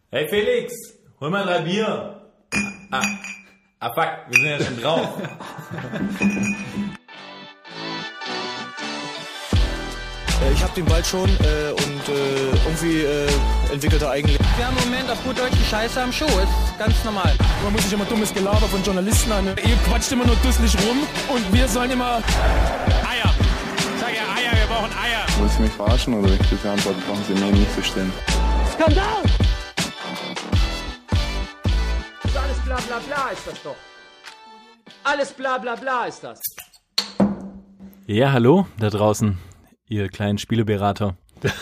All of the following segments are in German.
Hey Felix, hol mal 3 Bier. Fuck, wir sind ja schon drauf. Ich hab den Ball schon und irgendwie entwickelt er eigentlich. Wir haben im Moment auf gut Deutsch die Scheiße am Schuh, ist ganz normal. Man muss sich immer dummes Gelaber von Journalisten an. Ihr quatscht immer nur dusselig rum und wir sollen immer... Eier! Ich sag ja Eier, wir brauchen Eier! Wollen Sie mich verarschen oder wenn ich diese Antwort brauchen Sie mir nicht zu stellen? Skandal! Alles bla bla bla ist das doch. Alles bla bla bla ist das. Ja, hallo da draußen, ihr kleinen Spieleberater.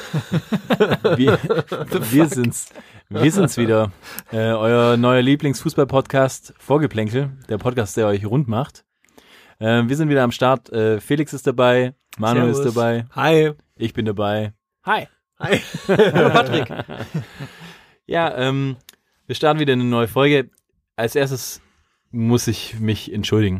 Wir sind's wieder. Euer neuer Lieblingsfußball-Podcast Vorgeplänkel, der Podcast, der euch rund macht. Wir sind wieder am Start. Felix ist dabei, Manuel ist dabei. Hi. Ich bin dabei. Hi. Hallo Patrick. Ja, wir starten wieder eine neue Folge. Als erstes muss ich mich entschuldigen.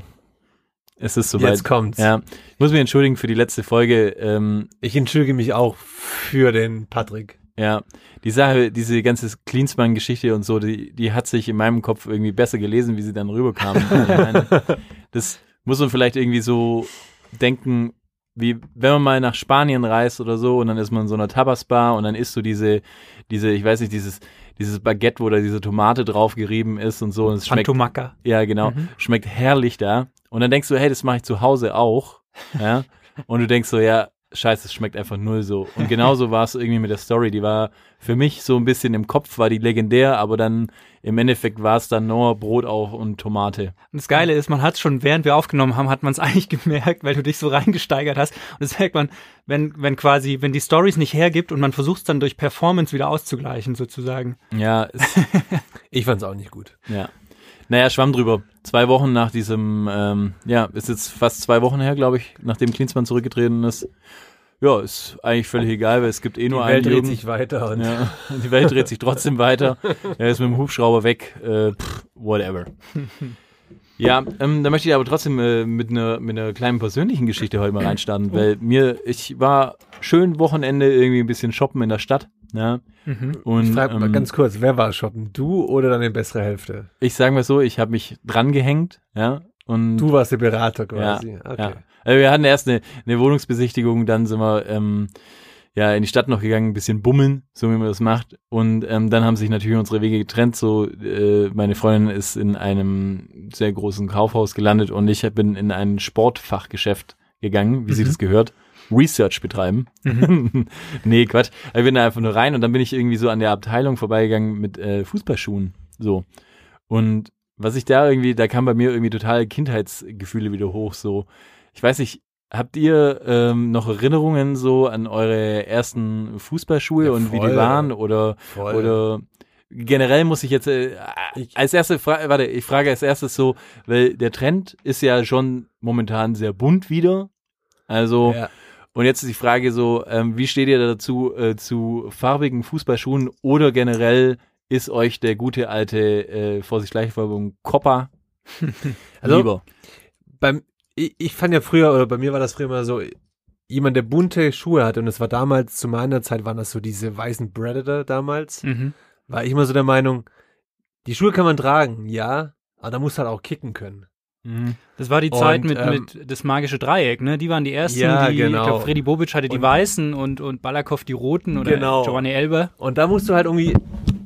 Es ist soweit. Jetzt kommt's. Ja, ich muss mich entschuldigen für die letzte Folge. Ich entschuldige mich auch für den Patrick. Ja, die Sache, diese ganze Klinsmann-Geschichte und so, die hat sich in meinem Kopf irgendwie besser gelesen, wie sie dann rüberkam. Ich meine, das muss man vielleicht irgendwie so denken, wie wenn man mal nach Spanien reist oder so und dann ist man in so einer Tapas-Bar und dann isst so diese, ich weiß nicht, dieses Baguette, wo da diese Tomate drauf gerieben ist und so. Und es schmeckt, Antomaka. Ja, genau. Schmeckt herrlich da. Und dann denkst du, hey, das mache ich zu Hause auch. Ja. Und du denkst so, ja, scheiße, es schmeckt einfach null so. Und genauso war es irgendwie mit der Story. Die war für mich so ein bisschen im Kopf, war die legendär, aber dann im Endeffekt war es dann nur Brot auch und Tomate. Und das Geile ist, man hat es schon, während wir aufgenommen haben, hat man es eigentlich gemerkt, weil du dich so reingesteigert hast. Und das merkt man, wenn die Story es nicht hergibt und man versucht es dann durch Performance wieder auszugleichen, sozusagen. Ja, Ich fand's auch nicht gut. ja. Naja, schwamm drüber. 2 Wochen nach diesem, ist jetzt fast 2 Wochen her, glaube ich, nachdem Klinsmann zurückgetreten ist. Ja, ist eigentlich völlig egal, weil es gibt eh nur Die einen Welt dreht Jürgen. sich weiter. Und Ja, die Welt dreht sich trotzdem weiter. Er ist mit dem Hubschrauber weg. Whatever. Ja, da möchte ich aber trotzdem mit einer kleinen persönlichen Geschichte heute mal reinstarten, weil ich war schön Wochenende irgendwie ein bisschen shoppen in der Stadt. Ja. Und, ich frage mal ganz kurz, wer war shoppen? Du oder deine bessere Hälfte? ich sage mal so, ich habe mich dran gehängt, ja. Und Du warst der Berater quasi. Ja, Okay. ja. Also wir hatten erst eine Wohnungsbesichtigung, dann sind wir in die Stadt noch gegangen, ein bisschen bummeln, so wie man das macht. Und dann haben sich natürlich unsere Wege getrennt. So, meine Freundin ist in einem sehr großen Kaufhaus gelandet und ich bin in ein Sportfachgeschäft gegangen, wie sie das gehört. Research betreiben. Nee, Quatsch. Ich bin da einfach nur rein und dann bin ich irgendwie so an der Abteilung vorbeigegangen mit Fußballschuhen. So. Und was ich da kam bei mir irgendwie total Kindheitsgefühle wieder hoch. So, ich weiß nicht, habt ihr noch Erinnerungen so an eure ersten Fußballschuhe und wie die waren? Oder generell muss ich jetzt als erste ich frage als erstes so, weil der Trend ist ja schon momentan sehr bunt wieder. Also Ja. und jetzt ist die Frage so, wie steht ihr dazu zu farbigen Fußballschuhen oder generell ist euch der gute alte Vorsicht Schleichwerbung Coppa Also, lieber? Ich fand ja früher, oder bei mir war das früher immer so, jemand, der bunte Schuhe hatte, und es war damals, zu meiner Zeit waren das so diese weißen Predator damals, war ich immer so der Meinung, die Schuhe kann man tragen, ja, aber da muss halt auch kicken können. Das war die Zeit Und, mit das magische Dreieck, ne? Die waren die ersten, Ja, ich genau. glaube, Freddy Bobic hatte die Und- weißen und Balakow die roten oder Genau. Giovanni Elber. Und da musst du halt irgendwie,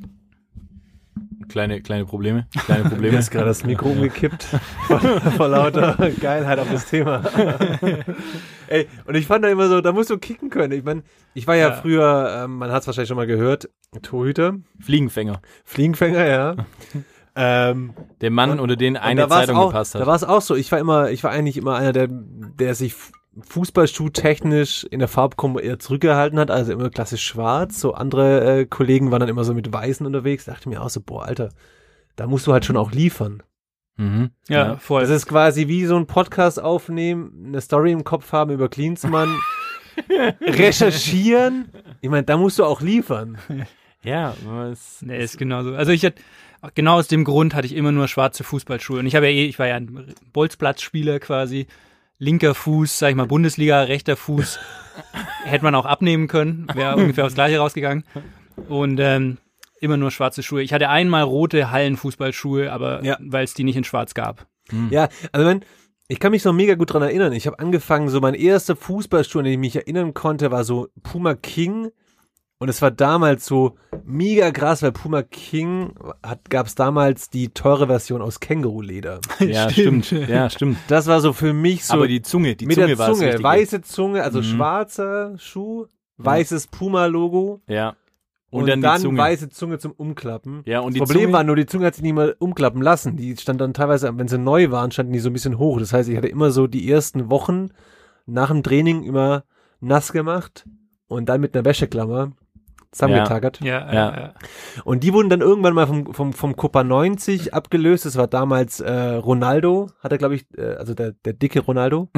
Kleine Probleme. mir ist gerade das Mikro umgekippt, vor lauter Geilheit auf das Thema. Ey, und ich fand da immer so, da musst du kicken können. Ich meine, ich war ja früher, man hat es wahrscheinlich schon mal gehört, Torhüter, Fliegenfänger. Fliegenfänger, ja. Der Mann, unter den eine da war's Zeitung auch, gepasst Da hat. war es auch so. Ich war eigentlich immer einer, der sich Fußballschuh-technisch in der Farbkombo eher zurückgehalten hat, also immer klassisch schwarz. So andere Kollegen waren dann immer so mit Weißen unterwegs. Da dachte ich mir auch so, boah, Alter, da musst du halt schon auch liefern. Mhm. Ja, voll. Das ist quasi wie so ein Podcast aufnehmen, eine Story im Kopf haben über Klinsmann, recherchieren. Ich meine, da musst du auch liefern. Ja, was? Nee, ist genauso. Also genau aus dem Grund hatte ich immer nur schwarze Fußballschuhe. Und ich war ja ein Bolzplatzspieler quasi. Linker Fuß, sag ich mal, Bundesliga, rechter Fuß. Hätte man auch abnehmen können. Wäre ungefähr aufs Gleiche rausgegangen. Und immer nur schwarze Schuhe. Ich hatte einmal rote Hallenfußballschuhe, aber weil es die nicht in schwarz gab. Ja, also ich kann mich noch mega gut dran erinnern. Ich habe angefangen, so mein erster Fußballschuh, an den ich mich erinnern konnte, war so Puma King. Und es war damals so mega krass, weil Puma King gab es damals die teure Version aus Känguruleder. Ja, stimmt. Ja, stimmt. Das war so für mich so. Aber die Zunge mit war der das Zunge, Wichtige. weiße Zunge, also schwarzer Schuh, weißes Puma-Logo. Ja. Und dann die Zunge. Weiße Zunge zum Umklappen. Ja, und das Problem war nur, die Zunge hat sich nicht mal umklappen lassen. Die stand dann teilweise, wenn sie neu waren, standen die so ein bisschen hoch. Das heißt, ich hatte immer so die ersten Wochen nach dem Training immer nass gemacht und dann mit einer Wäscheklammer zusammengetackert. Ja. Und die wurden dann irgendwann mal vom Copa 90 abgelöst. Das war damals Ronaldo, hat er, glaube ich, also der dicke Ronaldo.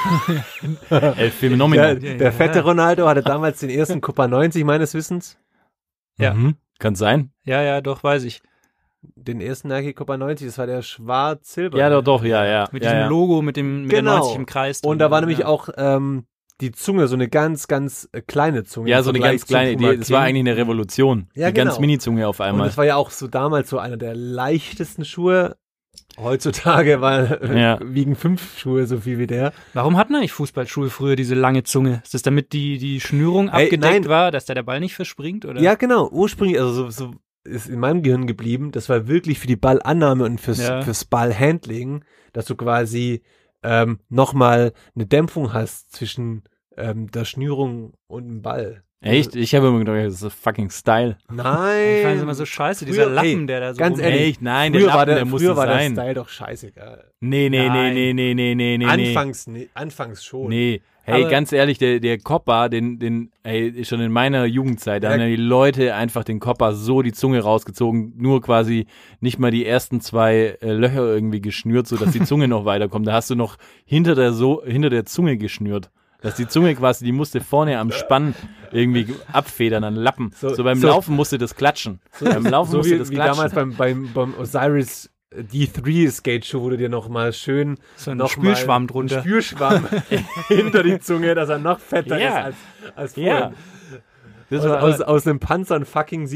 El Phänomen. Der fette Ronaldo hatte damals den ersten Copa 90 meines Wissens. Ja. Kann sein. Ja, doch, weiß ich. Den ersten Nike Copa 90, das war der schwarz-silber. Ja, doch, ja. Mit diesem Logo, mit der 90 im Kreis. Und da war nämlich auch die Zunge, so eine ganz, ganz kleine Zunge. Ja, so eine ganz kleine, das war eigentlich eine Revolution. Ja, die ganz Mini-Zunge auf einmal. Und das war ja auch so damals so einer der leichtesten Schuhe. Heutzutage wiegen 5 Schuhe so viel wie der. Warum hatten eigentlich Fußballschuhe früher diese lange Zunge? Ist das damit die Schnürung abgedeckt war, dass der Ball nicht verspringt? Oder? Ja, genau. Ursprünglich, also so ist in meinem Gehirn geblieben, das war wirklich für die Ballannahme und fürs Ballhandling, dass du quasi nochmal eine Dämpfung hast zwischen der Schnürung und dem Ball. Echt? Ich habe immer gedacht, das ist fucking Style. Nein. Ich fand es immer so scheiße, dieser Lappen, der da so ganz ehrlich, echt, nein, der Lappen, der muss sein. Früher war der Style doch scheißegal. Nee. Anfangs schon. Nee. Hey, aber ganz ehrlich, der Coppa, schon in meiner Jugendzeit, da haben ja die Leute einfach den Coppa so die Zunge rausgezogen, nur quasi nicht mal die ersten 2 Löcher irgendwie geschnürt, sodass die Zunge noch weiterkommt. Da hast du noch hinter der Zunge geschnürt. Dass die Zunge quasi, die musste vorne am Spann irgendwie abfedern an Lappen. So beim Laufen musste das klatschen. Beim Laufen musste das klatschen. Wie damals beim Osiris D3 Skate-Schuh, wo du dir noch mal schön so einen Spülschwamm drunter. Spülschwamm hinter die Zunge, dass er noch fetter ist als vorher. Ja. Aus einem Panzer eine fucking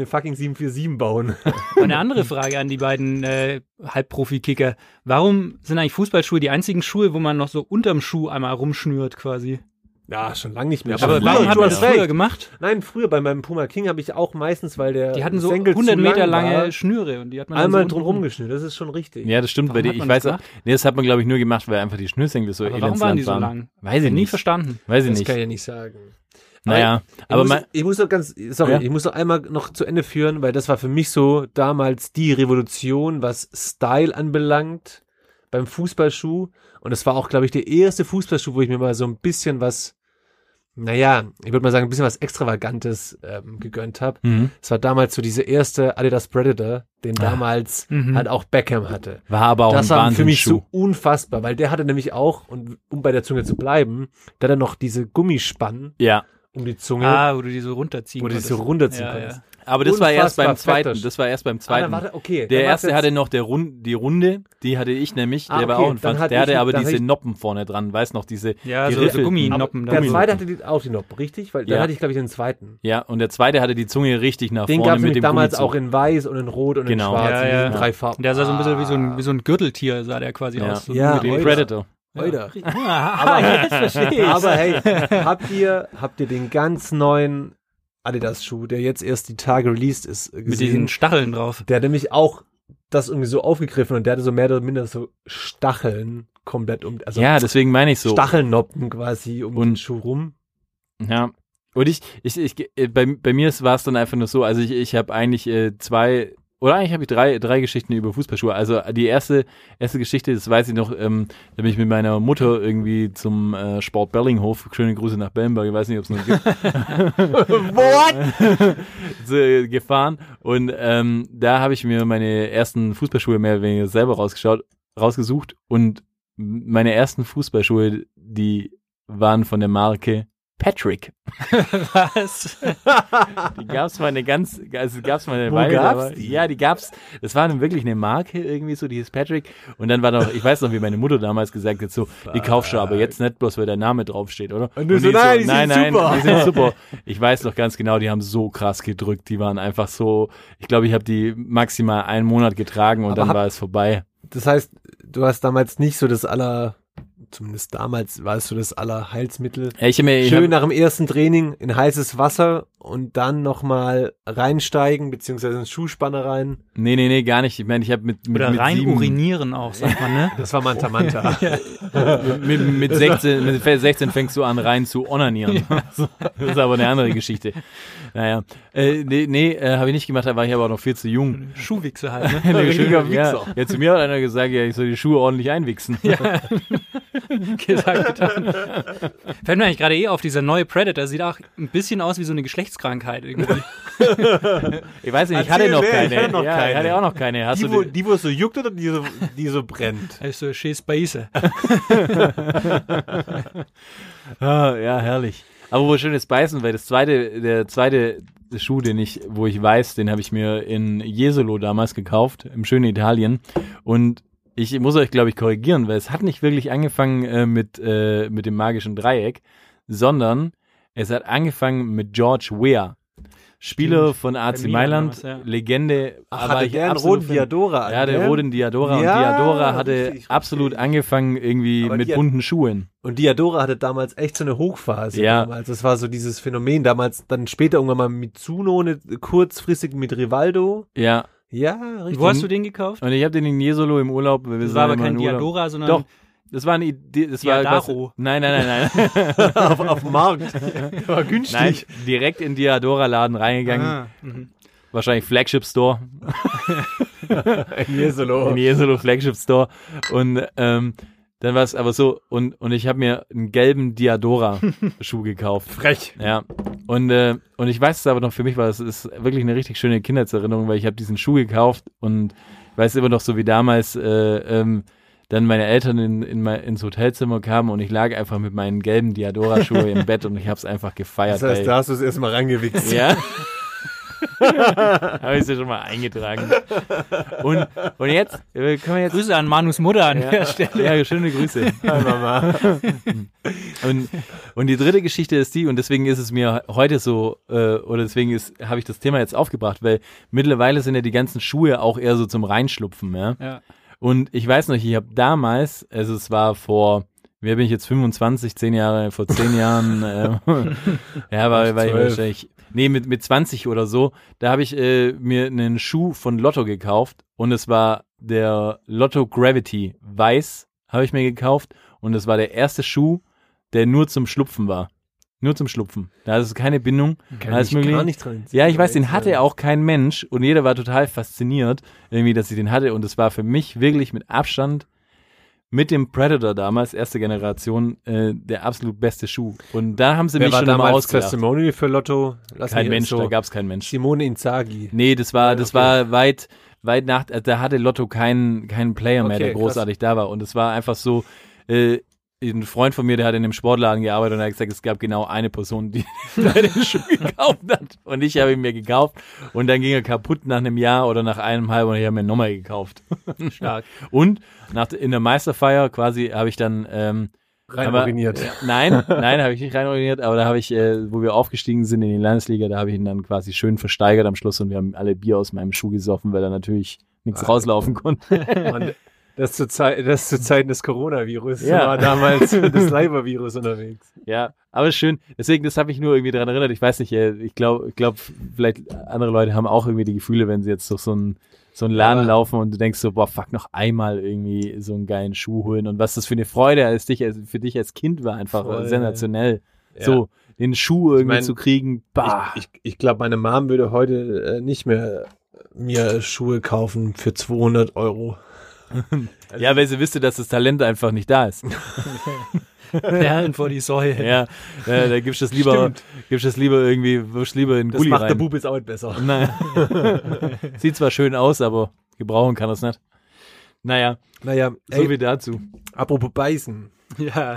747 bauen. Eine andere Frage an die beiden Halbprofi-Kicker. Warum sind eigentlich Fußballschuhe die einzigen Schuhe, wo man noch so unterm Schuh einmal rumschnürt quasi? Ja, schon lange nicht mehr. Aber warum hat man das früher gemacht? Nein, früher bei meinem Puma King habe ich auch meistens, weil der die hatten so Senkel 100 Meter lange Schnüre und die hat man einmal so drum rumgeschnürt. Das ist schon richtig. Ja, das stimmt. Das hat man glaube ich nur gemacht, weil einfach die Schnürsenkel so elendslang waren. Warum waren die so lang? Weiß ich nie nicht. Verstanden. Weiß ich nicht. Das kann ich ja nicht sagen. Naja, ich muss noch einmal noch zu Ende führen, weil das war für mich so damals die Revolution, was Style anbelangt beim Fußballschuh. Und es war auch, glaube ich, der erste Fußballschuh, wo ich mir mal so ein bisschen was, ich würde mal sagen, ein bisschen was Extravagantes gegönnt habe. Es war damals so diese erste Adidas Predator, den damals halt auch Beckham hatte. War aber auch das ein war für mich Wahnsinnsschuh. so unfassbar, weil der hatte nämlich auch, und um bei der Zunge zu bleiben, der hatte noch diese Gummispannen. Ja. Um die Zunge. Wo du die so runterziehen konntest. konntest. Ja. Aber das war erst beim zweiten. Okay. Der erste hatte noch die Runde, die hatte ich nämlich, der war auch ein Franz. Der hatte aber diese Noppen vorne dran, weißt noch, diese so Gumminoppen. Der zweite hatte auch die Noppen, richtig? Weil dann hatte ich, glaube ich, den zweiten. Ja, und der zweite hatte die Zunge richtig nach den vorne mit dem damals Gummizug. auch in weiß und in rot und in schwarz, in diesen 3 Farben. Der sah so ein bisschen wie so ein Gürteltier, sah der quasi aus. So mit dem Predator. Alter. Aber hey, habt ihr den ganz neuen Adidas-Schuh, der jetzt erst die Tage released ist, gesehen? Mit diesen Stacheln drauf. Der hat nämlich auch das irgendwie so aufgegriffen und der hatte so mehr oder minder so Stacheln komplett also ja, deswegen meine ich so. Stachelnoppen quasi um den Schuh rum. Ja. Und bei mir war es dann einfach nur so, also ich habe eigentlich eigentlich habe ich drei Geschichten über Fußballschuhe. Also die erste Geschichte, das weiß ich noch, da bin ich mit meiner Mutter irgendwie zum Sport Bellinghof, schöne Grüße nach Bellenberg, ich weiß nicht, ob es noch gibt. What? Gefahren und da habe ich mir meine ersten Fußballschuhe mehr oder weniger selber rausgesucht und meine ersten Fußballschuhe, die waren von der Marke Patrick. Was? Die gab's mal eine Wo Weile. gab's aber, die? Ja, die gab's. Das war dann wirklich eine Marke irgendwie so, die hieß Patrick. Und dann war noch, ich weiß noch, wie meine Mutter damals gesagt hat, so, die kaufst du aber jetzt nicht bloß, weil der Name draufsteht, oder? Und du die so, nein, die sind super. die sind super. Ich weiß noch ganz genau, die haben so krass gedrückt. Die waren einfach so, ich glaube, ich habe die maximal einen Monat getragen und Aber dann war es vorbei. Das heißt, du hast damals nicht so zumindest damals war es so das Heilsmittel. Ich Schön nach dem ersten Training in heißes Wasser und dann nochmal reinsteigen, beziehungsweise ins Schuhspanner rein. Nee, gar nicht. Ich meine, ich habe mit Oder rein 7, urinieren auch, sagt man, ne? Das war Manta. mit 16 fängst du an rein zu onanieren. Das ist aber eine andere Geschichte. Naja, habe ich nicht gemacht, da war ich aber auch noch viel zu jung. Schuhwichse halt, ne? Ein richtiger Wichser. Ja, zu mir hat einer gesagt, ja, ich soll die Schuhe ordentlich einwichsen. Ja. Gesagt, getan. Fällt mir eigentlich gerade auf, dieser neue Predator sieht auch ein bisschen aus wie so eine Geschlechtskrankheit irgendwie. Ich weiß nicht, ich hatte noch keine. Ich hatte auch noch keine. Hast du Die, wo es so juckt oder die so brennt? Also scheiß Beiße. Ja, herrlich. Aber wo schönes Beißen, weil der zweite Schuh, wo ich weiß, den habe ich mir in Jesolo damals gekauft, im schönen Italien. Und ich muss euch, glaube ich, korrigieren, weil es hat nicht wirklich angefangen mit dem magischen Dreieck, sondern es hat angefangen mit George Weah. Spieler von AC Mailand, damals, ja. Legende. Hatte der einen roten Diadora? Ja, der roten Diadora. Ja, und Diadora hatte richtig. absolut angefangen irgendwie Aber mit bunten Schuhen. Und Diadora hatte damals echt so eine Hochphase. Ja. Damals. Das war so dieses Phänomen. Damals, dann später irgendwann mal Mizuno, kurzfristig mit Rivaldo. Ja. Ja, richtig. Wo hast du den gekauft? Und ich habe den in Jesolo im Urlaub. Das war aber kein Diadora, sondern Doch. Das war eine Idee. Diadaro. Nein. auf dem Markt. War günstig. Nein, direkt in Diadora-Laden reingegangen. Wahrscheinlich Flagship Store. In Jesolo. In Jesolo Flagship Store. Und dann war es aber so, und ich habe mir einen gelben Diadora-Schuh gekauft. Frech. Ja. Und ich weiß es aber noch, für mich war es ist wirklich eine richtig schöne Kindheitserinnerung, weil ich habe diesen Schuh gekauft und ich weiß immer noch so wie damals, dann meine Eltern ins Hotelzimmer kamen und ich lag einfach mit meinen gelben Diadora-Schuhe im Bett und ich habe es einfach gefeiert. Das heißt, da hast du es erstmal reingewichst. Ja. Habe ich es ja schon mal eingetragen. Und jetzt können wir jetzt... Grüße an Manus Mutter an der Stelle. Ja, schöne Grüße. Hi, Mama. Und die dritte Geschichte ist die, und deswegen ist es mir heute so, oder deswegen habe ich das Thema jetzt aufgebracht, weil mittlerweile sind ja die ganzen Schuhe auch eher so zum Reinschlupfen, ja. Und ich weiß noch, ich habe damals, also es war wer bin ich jetzt, 25, vor 10 Jahren, war ich wahrscheinlich, mit 20 oder so, da habe ich mir einen Schuh von Lotto gekauft und es war der Lotto Gravity weiß, habe ich mir gekauft und es war der erste Schuh, der nur zum Schlupfen war. Nur zum Schlupfen. Da ist keine Bindung. Kann ich gar nicht dran. Ja, ich weiß, den hatte auch kein Mensch und jeder war total fasziniert, irgendwie, dass ich den hatte und es war für mich wirklich mit Abstand mit dem Predator damals, erste Generation, der absolut beste Schuh. Und da haben sie mich schon immer ausgelacht. Testimonial für Lotto? Kein Mensch, da gab es keinen Mensch. Simone Inzaghi. Nee, das war weit nach, da hatte Lotto keinen Player mehr, der großartig da war und es war einfach so, ein Freund von mir, der hat in einem Sportladen gearbeitet und er hat gesagt, es gab genau eine Person, die den Schuh gekauft hat. Und ich habe ihn mir gekauft und dann ging er kaputt nach einem Jahr oder nach einem halben und ich habe mir nochmal gekauft. Stark. Und in der Meisterfeier quasi habe ich dann Rein-uriniert. Nein, habe ich nicht rein-uriniert, aber da habe ich, wo wir aufgestiegen sind in die Landesliga, da habe ich ihn dann quasi schön versteigert am Schluss und wir haben alle Bier aus meinem Schuh gesoffen, weil da natürlich nichts rauslaufen konnte. Mann, das zu Zeiten des Coronavirus war damals das Leibervirus unterwegs. Ja, aber schön. Deswegen, das habe ich nur irgendwie daran erinnert. Ich weiß nicht, ich glaube, vielleicht andere Leute haben auch irgendwie die Gefühle, wenn sie jetzt durch so einen Laden laufen und du denkst so, boah, fuck, noch einmal irgendwie so einen geilen Schuh holen. Und was das für eine Freude für dich als Kind war, einfach sensationell. Ja. So, den Schuh irgendwie zu kriegen, bah. Ich glaube, meine Mom würde heute nicht mehr mir Schuhe kaufen für 200 €. Also ja, weil sie wüsste, dass das Talent einfach nicht da ist. Perlen vor die Säue. Ja, da gibst du es lieber irgendwie, wirst lieber in Gulli rein. Das macht der Bub jetzt auch nicht besser. Nein. Sieht zwar schön aus, aber gebrauchen kann das nicht. Naja, so viel dazu. Apropos Beißen. Ja.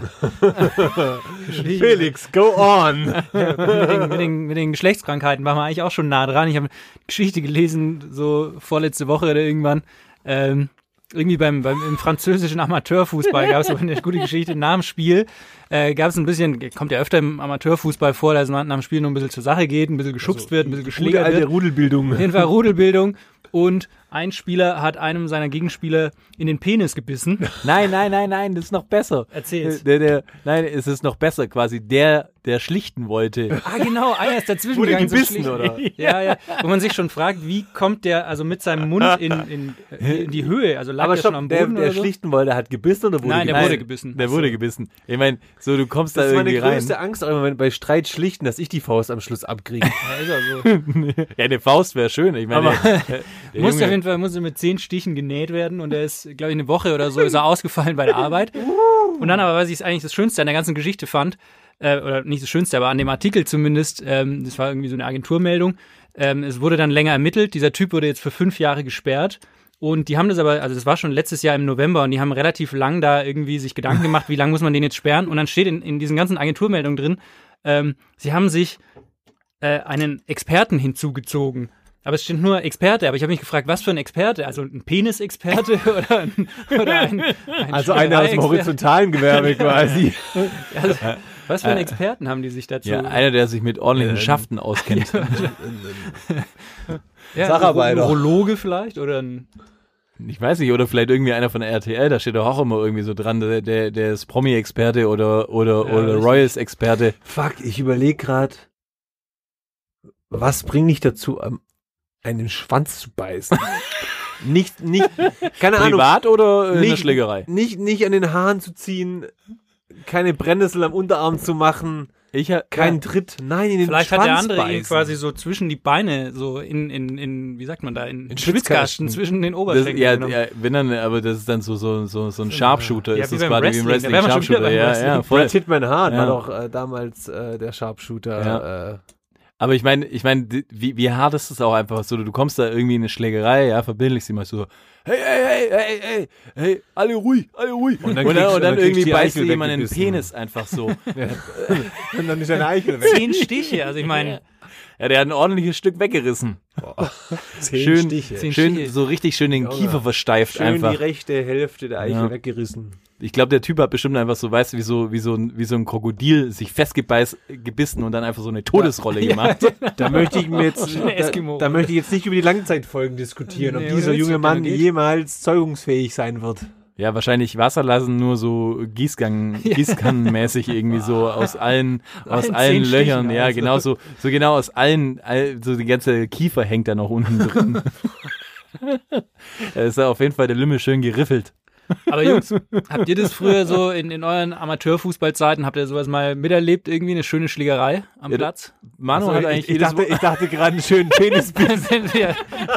Felix, go on. Mit den Geschlechtskrankheiten waren wir eigentlich auch schon nah dran. Ich habe eine Geschichte gelesen, so vorletzte Woche oder irgendwann. Irgendwie im französischen Amateurfußball gab es so eine gute Geschichte. Nach dem Spiel gab es ein bisschen, kommt ja öfter im Amateurfußball vor, dass man nach dem Spiel nur ein bisschen zur Sache geht, ein bisschen geschubst wird, ein bisschen geschlägert wird. Rudelbildung. Auf jeden Fall Rudelbildung. Und ein Spieler hat einem seiner Gegenspieler in den Penis gebissen. Nein, das ist noch besser. Erzähl's. Nein, es ist noch besser quasi. Der schlichten wollte. Ah, genau, einer ist dazwischen Wurde gegangen. gebissen, so oder? Ja. Wo man sich schon fragt, wie kommt der also mit seinem Mund in die Höhe? Also lag Aber der schon am Boden der oder so? schlichten wollte, hat gebissen oder wurde Nein, der gebissen? wurde gebissen. Der wurde gebissen. Ich meine, so du kommst da Das ist meine irgendwie rein. größte Angst, auch immer bei Streit schlichten, dass ich die Faust am Schluss abkriege. Ja, ist er so. Ja, eine Faust wäre schön. Ich meine, Musste auf jeden Fall mit 10 Stichen genäht werden und er ist, glaube ich, eine Woche oder so ist er ausgefallen bei der Arbeit. Und dann aber, was ich eigentlich das Schönste an der ganzen Geschichte fand, oder nicht das Schönste, aber an dem Artikel zumindest, das war irgendwie so eine Agenturmeldung, es wurde dann länger ermittelt, dieser Typ wurde jetzt für 5 Jahre gesperrt und die haben das aber, also das war schon letztes Jahr im November und die haben relativ lang da irgendwie sich Gedanken gemacht, wie lange muss man den jetzt sperren und dann steht in diesen ganzen Agenturmeldungen drin, sie haben sich einen Experten hinzugezogen. Aber es steht nur Experte, aber ich habe mich gefragt, was für ein Experte? Also ein Penisexperte oder ein Also einer aus dem horizontalen Gewerbe quasi. Also, was für einen Experten haben die sich dazu? ja, einer, der sich mit ordentlichen Schaften auskennt. Ja, Sacharbeiter. ein Urologe vielleicht oder ein Ich weiß nicht, oder vielleicht irgendwie einer von der RTL, da steht doch auch immer irgendwie so dran, der ist Promi-Experte oder Royals-Experte. Fuck, ich überlege gerade, was bringt dich dazu, einen Schwanz zu beißen? nicht, keine Ahnung. Privat oder in der Nicht- Schlägerei? Nicht an den Haaren zu ziehen, keine Brennnessel am Unterarm zu machen, keinen Tritt, nein, in den vielleicht Schwanz hat der andere ihn beißen. quasi so zwischen die Beine, so in wie sagt man da, in Schwitzkasten. Schwitzkasten zwischen den Oberschenkeln genommen. wenn dann, aber das ist dann so ein Sharpshooter, Ja, ist wie das beim quasi wie im Wrestling. Wrestling, Da wären wir schon wieder Sharpshooter, beim ja, Wrestling. voll. Brad Hitman Hart Ja. war doch damals der Sharpshooter. Aber ich meine, wie hart ist es auch einfach so, du kommst da irgendwie in eine Schlägerei, ja, verbindlich sie mal so, hey, alle ruhig. Und dann kriegst irgendwie die beißt du Eichel jemanden in den weggebissen. Penis einfach so. Und dann ist eine Eichel weg. 10 Stiche, also ich meine, Ja, der hat ein ordentliches Stück weggerissen. 10 Schön, Stiche. 10 schön, Stiche. so richtig schön den Kiefer versteift Schön einfach. die rechte Hälfte der Eichel Ja. weggerissen. Ich glaube, der Typ hat bestimmt einfach so, weißt du, wie so ein Krokodil sich gebissen und dann einfach so eine Todesrolle gemacht. Da möchte ich mir jetzt, Eine Eskimo. da möchte ich jetzt nicht über die Langzeitfolgen diskutieren, ob Nee, dieser oder junge wird's, Mann geht. jemals zeugungsfähig sein wird. Ja, wahrscheinlich Wasser lassen, nur so Gießkannenmäßig irgendwie so aus allen 10 Löchern. Stichen, Ja, also. genau so genau aus so die ganze Kiefer hängt da noch unten drin. Da ist auf jeden Fall der Lümmel schön geriffelt. aber Jungs, habt ihr das früher so in euren Amateurfußballzeiten, habt ihr sowas mal miterlebt, irgendwie eine schöne Schlägerei am Ja, Platz? Manu hat eigentlich ich dachte gerade einen schönen Penisbiss. Ja.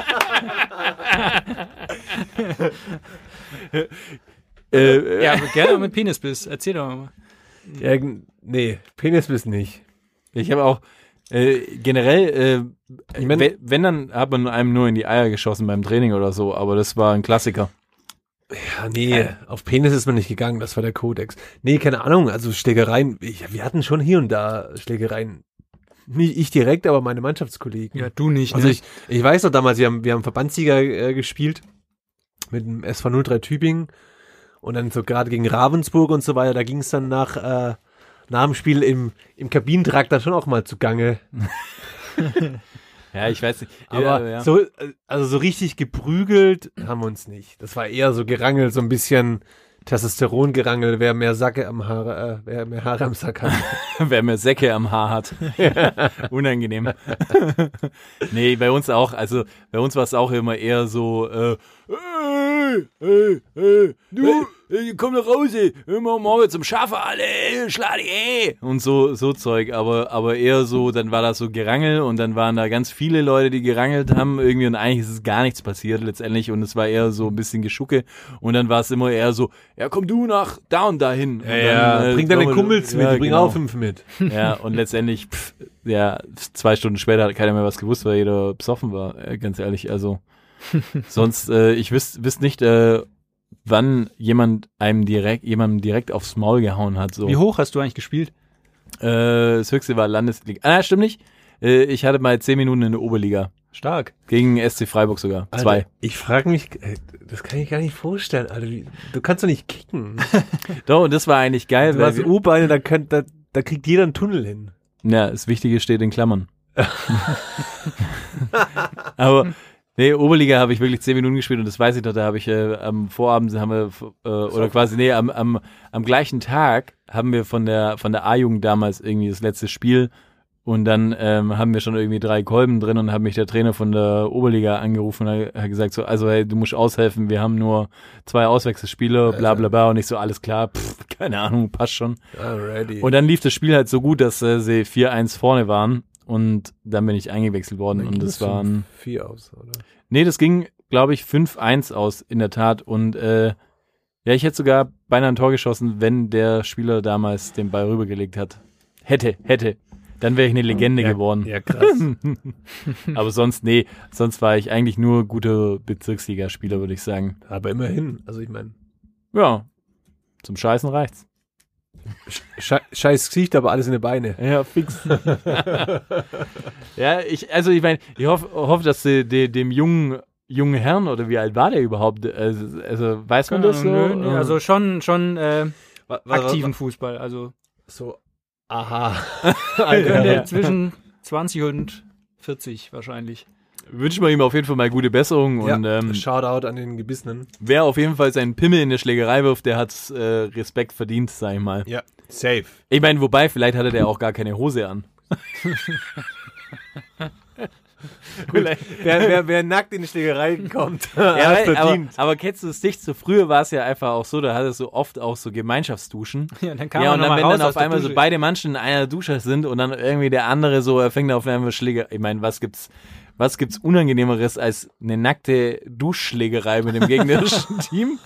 Ja, aber gerne mit Penisbiss. Erzähl doch mal. Ja, nee, Penisbiss nicht. Ich habe auch generell, Ich mein- wenn, dann hat man einem nur in die Eier geschossen beim Training oder so, aber das war ein Klassiker. Ja, nee, auf Penis ist man nicht gegangen, das war der Kodex. Nee, keine Ahnung, also Schlägereien, wir hatten schon hier und da Schlägereien. Nicht ich direkt, aber meine Mannschaftskollegen. Ja, du nicht, Also ne? ich weiß noch damals, wir haben Verbandssieger gespielt mit dem SV 03 Tübingen und dann so gerade gegen Ravensburg und so weiter, da ging es dann nach dem Spiel im Kabinentrakt dann schon auch mal zugange. Ja, ich weiß nicht. Aber ja. so richtig geprügelt haben wir uns nicht. Das war eher so Gerangel, so ein bisschen Testosteron-Gerangel, wer mehr Haare am Sack hat. Wer mehr Säcke am Haar hat. Unangenehm. Nee, bei uns auch. Also bei uns war es auch immer eher so, du, komm nach Hause, morgen zum Schaffen, alle, schlag dich, und so Zeug. Aber eher so, dann war das so Gerangel und dann waren da ganz viele Leute, die gerangelt haben irgendwie und eigentlich ist es gar nichts passiert letztendlich und es war eher so ein bisschen Geschucke und dann war es immer eher so, ja, komm du nach da und dahin. Und dann, bring deine Kumpels mit, ja, die bringen genau. auch 5 mit. Ja, und letztendlich, 2 Stunden später hat keiner mehr was gewusst, weil jeder besoffen war, ganz ehrlich. Also, sonst, ich wüsste nicht, wann jemandem direkt aufs Maul gehauen hat. So. Wie hoch hast du eigentlich gespielt? Das höchste war Landesliga. Stimmt nicht. Ich hatte mal 10 Minuten in der Oberliga. Stark. Gegen SC Freiburg sogar. Alter, 2. Ich frage mich, das kann ich gar nicht vorstellen, Alter. Du kannst doch nicht kicken. Doch, und das war eigentlich geil. Du hast U-Beine, da kriegt jeder einen Tunnel hin. Ja, das Wichtige steht in Klammern. Aber nee, Oberliga habe ich wirklich 10 Minuten gespielt und das weiß ich noch, da habe ich am Vorabend am gleichen Tag haben wir von der A-Jugend damals irgendwie das letzte Spiel und dann haben wir schon irgendwie 3 Kolben drin und hat mich der Trainer von der Oberliga angerufen und hat gesagt so, also hey, du musst aushelfen, wir haben nur 2 Auswechselspieler, bla bla bla und ich so, alles klar, keine Ahnung, passt schon. Alrighty. Und dann lief das Spiel halt so gut, dass sie 4-1 vorne waren und dann bin ich eingewechselt worden Dann und ging das es waren 4 aus, oder? Nee, das ging, glaube ich, 5-1 aus, in der Tat. Und ich hätte sogar beinahe ein Tor geschossen, wenn der Spieler damals den Ball rübergelegt hat. Hätte. Dann wäre ich eine Legende geworden. Ja, krass. Aber sonst war ich eigentlich nur guter Bezirksligaspieler, würde ich sagen. Aber immerhin, also ich meine. Ja, zum Scheißen reicht's. Scheiß Gesicht, aber alles in die Beine. Ja, fix. Ja, ich hoffe, dass dem jungen Herrn, oder wie alt war der überhaupt? Also weiß man das so? Nö, also schon aktiven Fußball. Also so, aha. Könnte zwischen 20 und 40 wahrscheinlich. Wünschen wir ihm auf jeden Fall mal gute Besserung und Shoutout an den Gebissenen. Wer auf jeden Fall seinen Pimmel in der Schlägerei wirft, der hat Respekt verdient, sag ich mal. Ja, safe. Ich meine, wobei, vielleicht hatte der auch gar keine Hose an. Wer nackt in die Schlägerei kommt, ja, aber kennst du es nicht? So früher war es ja einfach auch so, da hattest du oft auch so Gemeinschaftsduschen. Ja, dann kam ja, man und dann, wenn raus dann auf einmal Dusche. so beide Menschen in einer Dusche sind und dann irgendwie der andere so, er fängt auf einmal Schläger. Ich meine, was gibt's Unangenehmeres als eine nackte Duschschlägerei mit dem gegnerischen Team?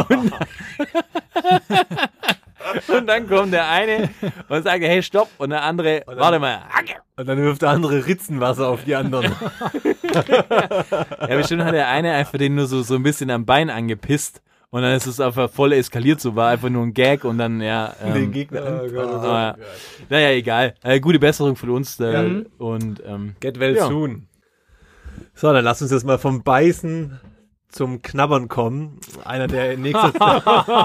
Und dann kommt der eine und sagt, hey, stopp. Und der andere, warte mal. Und dann wirft der andere Ritzenwasser auf die anderen. Ja, bestimmt hat der eine einfach den nur so ein bisschen am Bein angepisst. Und dann ist es einfach voll eskaliert, so war einfach nur ein Gag und dann, ja. Den Gegner. Ja. Naja, egal. Gute Besserung von uns. Und Get well soon. So, dann lass uns jetzt mal vom Beißen zum Knabbern kommen. Einer, der in nächster Zeit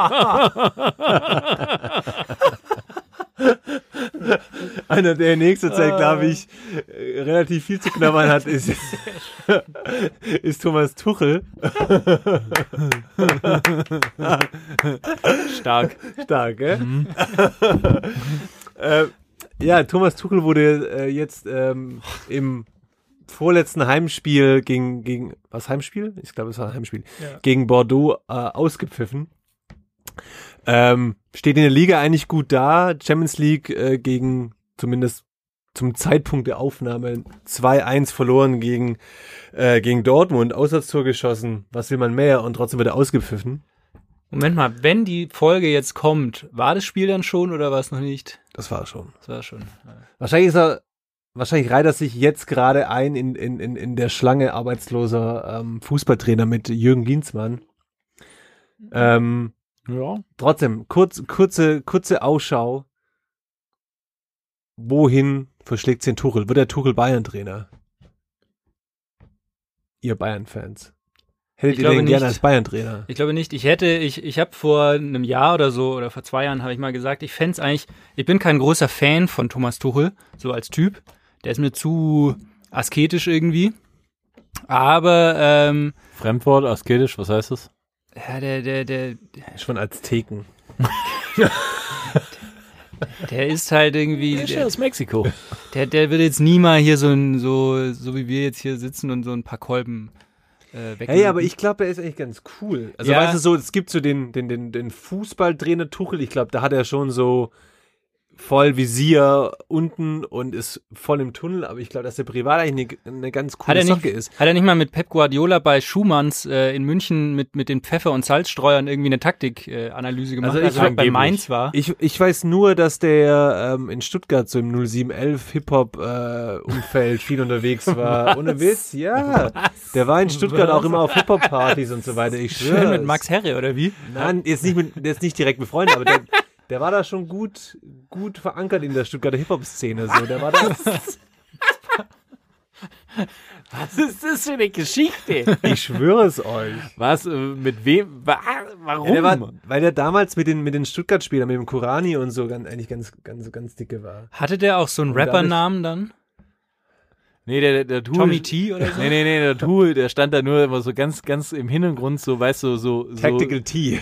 glaube ich, relativ viel zu knabbern hat, ist Thomas Tuchel. Stark, gell? Ja, Thomas Tuchel wurde jetzt im vorletzten Heimspiel gegen was Heimspiel? Ich glaube, es war ein Heimspiel. Ja. Gegen Bordeaux ausgepfiffen. Steht in der Liga eigentlich gut da. Champions League gegen, zumindest zum Zeitpunkt der Aufnahme, 2-1 verloren gegen Dortmund. Auswärtstor geschossen. Was will man mehr? Und trotzdem wird er ausgepfiffen. Moment mal, wenn die Folge jetzt kommt, war das Spiel dann schon oder war es noch nicht? Das war schon. Ja. Wahrscheinlich reiht er sich jetzt gerade ein in der Schlange arbeitsloser Fußballtrainer mit Jürgen Ginzmann. Ja. Trotzdem, kurze Ausschau. Wohin verschlägt den Tuchel? Wird der Tuchel Bayern-Trainer? Ihr Bayern-Fans. Hättet ihr den gerne als Bayern-Trainer? Ich glaube nicht. Ich habe vor einem Jahr oder so, oder vor 2 Jahren habe ich mal gesagt, ich bin kein großer Fan von Thomas Tuchel, so als Typ. Der ist mir zu asketisch irgendwie. Aber, Fremdwort, asketisch, was heißt das? Ja, der schon Azteken. Der ist halt irgendwie. Der ist aus Mexiko. Der wird jetzt nie mal hier so wie wir jetzt hier sitzen und so ein paar Kolben weg. Hey, aber ich glaube, er ist eigentlich ganz cool. Also ja. weißt du so, es gibt so den Fußballtrainer Tuchel, ich glaube, da hat er schon so voll Visier unten und ist voll im Tunnel, aber ich glaube, dass der privat eigentlich eine ganz coole Socke ist. Hat er nicht mal mit Pep Guardiola bei Schumanns in München mit den Pfeffer- und Salzstreuern irgendwie eine Taktikanalyse gemacht, als er bei Mainz war? Ich weiß nur, dass der in Stuttgart so im 0711 Hip-Hop-Umfeld viel unterwegs war. Ohne Witz, ja. Was? Der war in Stuttgart auch immer auf Hip-Hop-Partys und so weiter. Ich schwöre. Schön mit Max Herre, oder wie? Nein, der ist nicht direkt befreundet, aber der war da schon gut verankert in der Stuttgarter Hip-Hop-Szene. So. Der war da. Was ist das für eine Geschichte? Ich schwöre es euch. Was? Mit wem? Warum? Ja, weil der damals mit den Stuttgart-Spielern, mit dem Kurani und so eigentlich ganz dicke war. Hatte der auch so einen Rappernamen dann? Nee, der Tool. Tommy T oder so? Nee, der Tool, der stand da nur immer so ganz im Hintergrund, so, weißt du, so. Tactical T.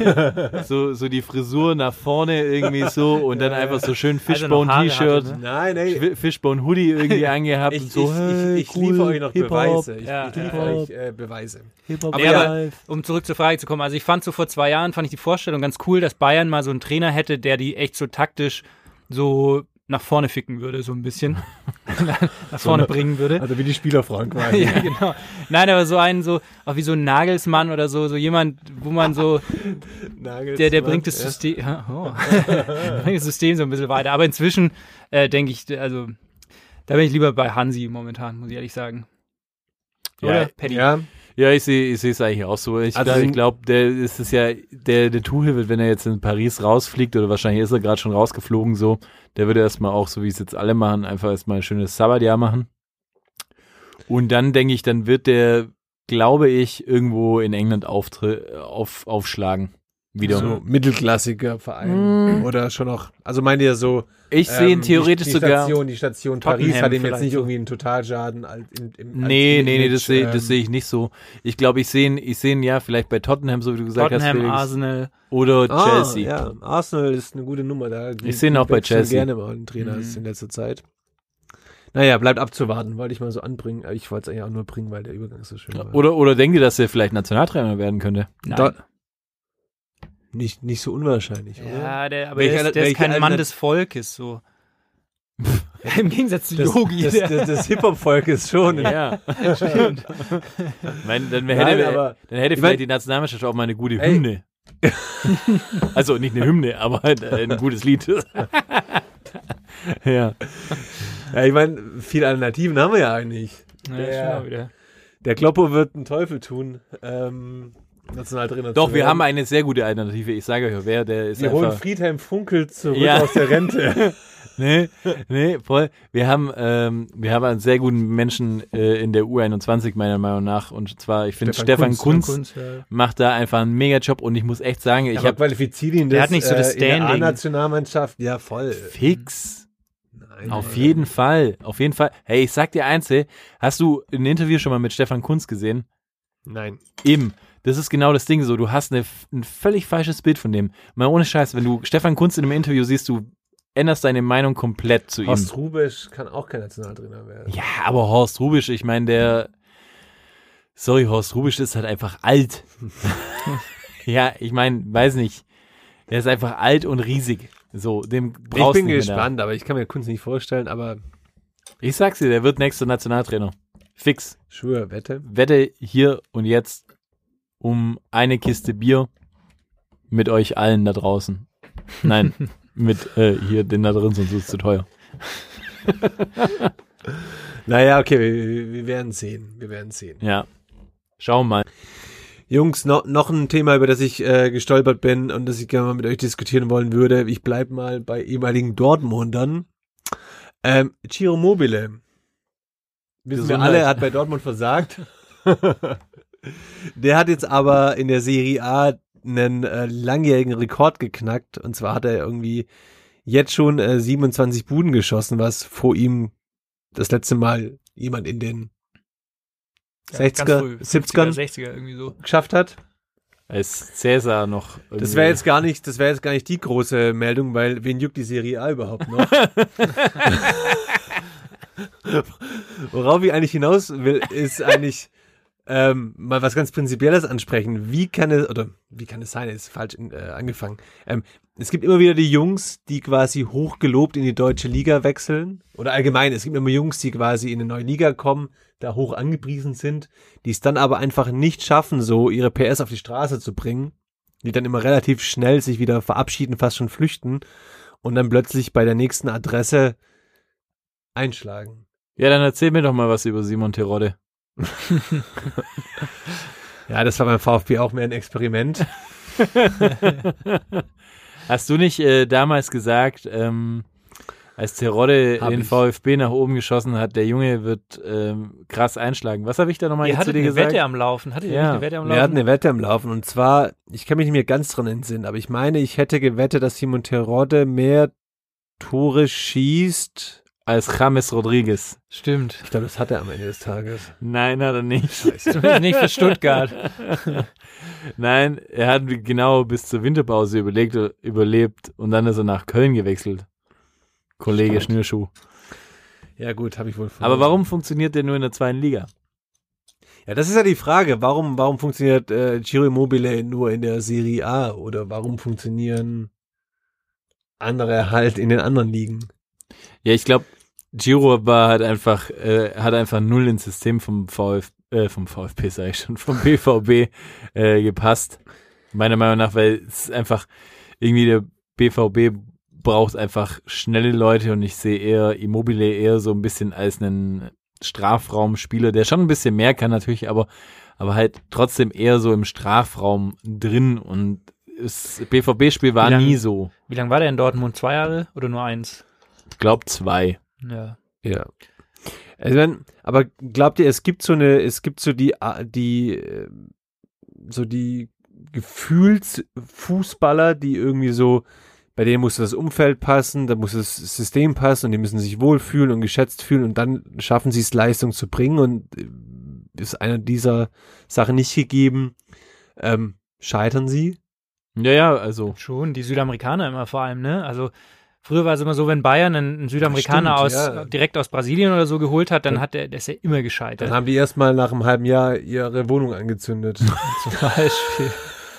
so die Frisur nach vorne irgendwie so und dann einfach so schön Fishbone-T-Shirt. Ne? Nein. Fishbone-Hoodie irgendwie angehabt und so. Ich liefere euch noch Beweise. Ich liefere euch Beweise. Aber um zurück zur Frage zu kommen, also ich fand so vor 2 Jahren, fand ich die Vorstellung ganz cool, dass Bayern mal so einen Trainer hätte, der die echt so taktisch so nach vorne ficken würde, so ein bisschen. nach vorne bringen würde. Also wie die Spielerfrauen quasi. Ja, genau. Nein, aber so einen so, auch wie so ein Nagelsmann oder so jemand, wo man so, der bringt das System, bringt das System so ein bisschen weiter. Aber inzwischen denke ich, also da bin ich lieber bei Hansi momentan, muss ich ehrlich sagen. Oder, Paddy? Ja, ich sehe es eigentlich auch so. Ich glaube, der Tuchel wird, wenn er jetzt in Paris rausfliegt, oder wahrscheinlich ist er gerade schon rausgeflogen, so, der würde erstmal auch, so wie es jetzt alle machen, einfach erstmal ein schönes Sabbatjahr machen. Und dann denke ich, dann wird der, glaube ich, irgendwo in England aufschlagen. Wieder. So mittelklassiger Verein. Oder schon noch, also meint ihr so, ich sehe ihn theoretisch sogar. Die Station Paris hat ihm jetzt nicht irgendwie einen Totalschaden. Nee, das sehe ich nicht so. Ich glaube, ich sehe ihn ja vielleicht bei Tottenham, so wie du gesagt hast. Tottenham, Arsenal. Oder Chelsea. Ja, Arsenal ist eine gute Nummer da. Ich sehe ihn auch bei Chelsea. Gerne mal einen Trainer in letzter Zeit. Naja, bleibt abzuwarten, wollte ich mal so anbringen. Ich wollte es eigentlich auch nur bringen, weil der Übergang so schön war. Oder denkt ihr, dass er vielleicht Nationaltrainer werden könnte? Nein. Nicht so unwahrscheinlich, oder? Ja, der ist kein Mann des Volkes, so. Im Gegensatz zu Yogi. Das Hip-Hop-Volk ist schon. Ja, stimmt. Dann hätte vielleicht die Nationalmannschaft auch mal eine gute Hymne. Also nicht eine Hymne, aber ein gutes Lied. Ja, ich meine, viele Alternativen haben wir ja eigentlich. Der Kloppo wird einen Teufel tun. Nationaltrainer. Doch, wir haben eine sehr gute Alternative. Ich sage euch, wer der ist. Wir holen Friedhelm Funkel zurück aus der Rente. Nee, voll. Wir haben einen sehr guten Menschen in der U21 meiner Meinung nach, und zwar, ich finde, Stefan Kunz macht da einfach einen Mega-Job, und ich muss echt sagen, ich habe qualifiziert ihn, der hat nicht so das Standing. In der A-Nationalmannschaft, ja voll. Fix. Auf jeden Fall. Hey, ich sag dir eins, hast du ein Interview schon mal mit Stefan Kunz gesehen? Nein. Eben. Das ist genau das Ding so. Du hast ein völlig falsches Bild von dem. Mal ohne Scheiß, wenn du Stefan Kunz in einem Interview siehst, du änderst deine Meinung komplett zu ihm. Horst Hrubesch kann auch kein Nationaltrainer werden. Ja, aber Horst Hrubesch, ich meine, Horst Hrubesch ist halt einfach alt. Ja, ich meine, weiß nicht. Der ist einfach alt und riesig. So, dem brauchst du nicht. Ich bin gespannt, aber ich kann mir Kunz nicht vorstellen, aber ich sag's dir, der wird nächster Nationaltrainer. Fix. Schwör, Wette. Wette hier und jetzt um eine Kiste Bier mit euch allen da draußen. Nein, mit hier den da drin, sonst ist es zu teuer. Naja, okay, wir werden sehen. Ja, schauen wir mal. Jungs, noch ein Thema, über das ich gestolpert bin und das ich gerne mal mit euch diskutieren wollen würde. Ich bleibe mal bei ehemaligen Dortmundern. Ciro Immobile. Wissen wir alle, er hat bei Dortmund versagt. Der hat jetzt aber in der Serie A einen langjährigen Rekord geknackt. Und zwar hat er irgendwie jetzt schon 27 Buden geschossen, was vor ihm das letzte Mal jemand in den 60er, 70ern 60er irgendwie so geschafft hat. Als Cäsar noch. Das wäre jetzt gar nicht die große Meldung, weil wen juckt die Serie A überhaupt noch? Worauf ich eigentlich hinaus will, ist eigentlich mal was ganz Prinzipielles ansprechen. Wie kann es sein, ist falsch angefangen. Es gibt immer wieder die Jungs, die quasi hochgelobt in die deutsche Liga wechseln. Oder allgemein, es gibt immer Jungs, die quasi in eine neue Liga kommen, da hoch angepriesen sind, die es dann aber einfach nicht schaffen, so ihre PS auf die Straße zu bringen, die dann immer relativ schnell sich wieder verabschieden, fast schon flüchten und dann plötzlich bei der nächsten Adresse einschlagen. Ja, dann erzähl mir doch mal was über Simon Terodde. Ja, das war beim VfB auch mehr ein Experiment. Hast du nicht damals gesagt, als Terodde den VfB nach oben geschossen hat, der Junge wird krass einschlagen? Was habe ich da nochmal zu dir gesagt? Ihr hattet eine Wette am Laufen. Hattet ihr nicht eine Wette am Laufen? Wir hatten eine Wette am Laufen und zwar, ich kann mich nicht mehr ganz dran entsinnen, aber ich meine, ich hätte gewettet, dass Simon Terodde mehr Tore schießt als James Rodriguez. Stimmt. Ich glaube, das hat er am Ende des Tages. Nein, hat er nicht. Zumindest nicht für Stuttgart. Nein, er hat genau bis zur Winterpause überlebt und dann ist er nach Köln gewechselt. Kollege Schnürschuh. Ja gut, habe ich wohl verstanden. Aber warum funktioniert der nur in der 2. Liga? Ja, das ist ja die Frage. Warum funktioniert Ciro Immobile nur in der Serie A oder warum funktionieren andere halt in den anderen Ligen? Ja, ich glaube, Giro hat einfach null ins System vom VfB, sag ich schon, vom BVB gepasst. Meiner Meinung nach, weil es einfach irgendwie der BVB braucht einfach schnelle Leute und ich sehe eher Immobile eher so ein bisschen als einen Strafraumspieler, der schon ein bisschen mehr kann natürlich, aber halt trotzdem eher so im Strafraum drin und das BVB-Spiel war nie so. Wie lange war der in Dortmund? 2 Jahre oder nur 1? Ich glaube 2. Ja. Also aber glaubt ihr, es gibt so die Gefühlsfußballer, die irgendwie so, bei denen muss das Umfeld passen, da muss das System passen und die müssen sich wohlfühlen und geschätzt fühlen und dann schaffen sie es, Leistung zu bringen und ist einer dieser Sachen nicht gegeben, scheitern sie? Ja, also. Schon, die Südamerikaner immer vor allem, ne? Also früher war es immer so, wenn Bayern einen Südamerikaner direkt aus Brasilien oder so geholt hat, dann der ist ja immer gescheitert. Dann haben die erstmal nach einem halben Jahr ihre Wohnung angezündet. Zum Beispiel.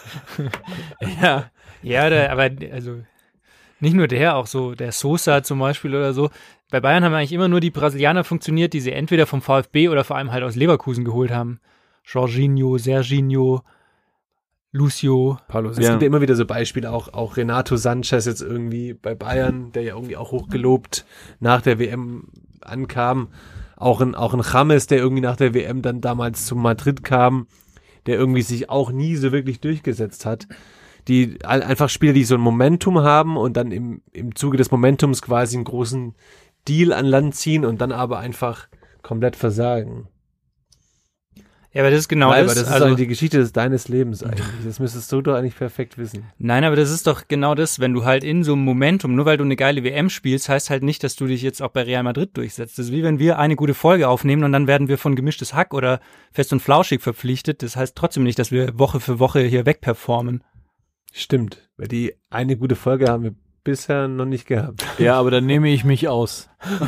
Ja, aber also nicht nur der, auch so der Sosa zum Beispiel oder so. Bei Bayern haben eigentlich immer nur die Brasilianer funktioniert, die sie entweder vom VfB oder vor allem halt aus Leverkusen geholt haben. Jorginho, Serginho, Lucio. Paulo, es gibt ja immer wieder so Beispiele, auch Renato Sanchez jetzt irgendwie bei Bayern, der ja irgendwie auch hochgelobt nach der WM ankam. Auch ein James, der irgendwie nach der WM dann damals zu Madrid kam, der irgendwie sich auch nie so wirklich durchgesetzt hat. Die einfach Spieler, die so ein Momentum haben und dann im Zuge des Momentums quasi einen großen Deal an Land ziehen und dann aber einfach komplett versagen. Ja, aber das ist genau das. Das ist also die Geschichte deines Lebens eigentlich. Das müsstest du doch eigentlich perfekt wissen. Nein, aber das ist doch genau das, wenn du halt in so einem Momentum, nur weil du eine geile WM spielst, heißt halt nicht, dass du dich jetzt auch bei Real Madrid durchsetzt. Das ist wie wenn wir eine gute Folge aufnehmen und dann werden wir von Gemischtes Hack oder Fest und Flauschig verpflichtet. Das heißt trotzdem nicht, dass wir Woche für Woche hier wegperformen. Stimmt, weil die eine gute Folge haben wir bisher noch nicht gehabt. Ja, aber dann nehme ich mich aus.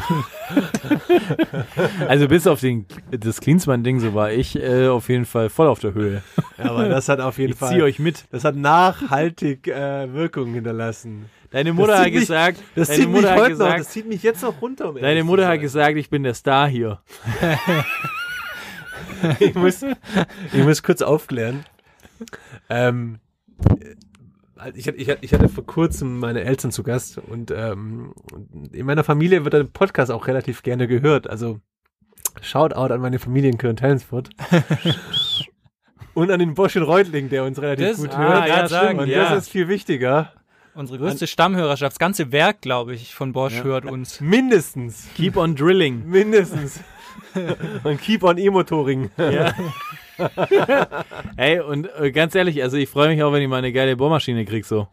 Also bis auf das Klinsmann-Ding, so war ich auf jeden Fall voll auf der Höhe. Ja, aber das hat auf jeden Fall. Ich ziehe euch mit. Das hat nachhaltig Wirkung hinterlassen. Deine Mutter hat gesagt, das zieht mich jetzt noch runter. Deine Mutter hat gesagt, ich bin der Star hier. Ich muss kurz aufklären. Ich hatte vor kurzem meine Eltern zu Gast und in meiner Familie wird der Podcast auch relativ gerne gehört. Also Shoutout an meine Familie in Köln-Helensfurt. Und an den Bosch in Reutling, der uns relativ gut hört. Ja, sagen, und das ist viel wichtiger. Unsere größte Stammhörerschaft, das ganze Werk, glaube ich, von Bosch hört uns. Mindestens. Keep on drilling. Mindestens. Und keep on E-Motoring. Ja. Ey, und ganz ehrlich, also ich freue mich auch, wenn ich mal eine geile Bohrmaschine krieg, so.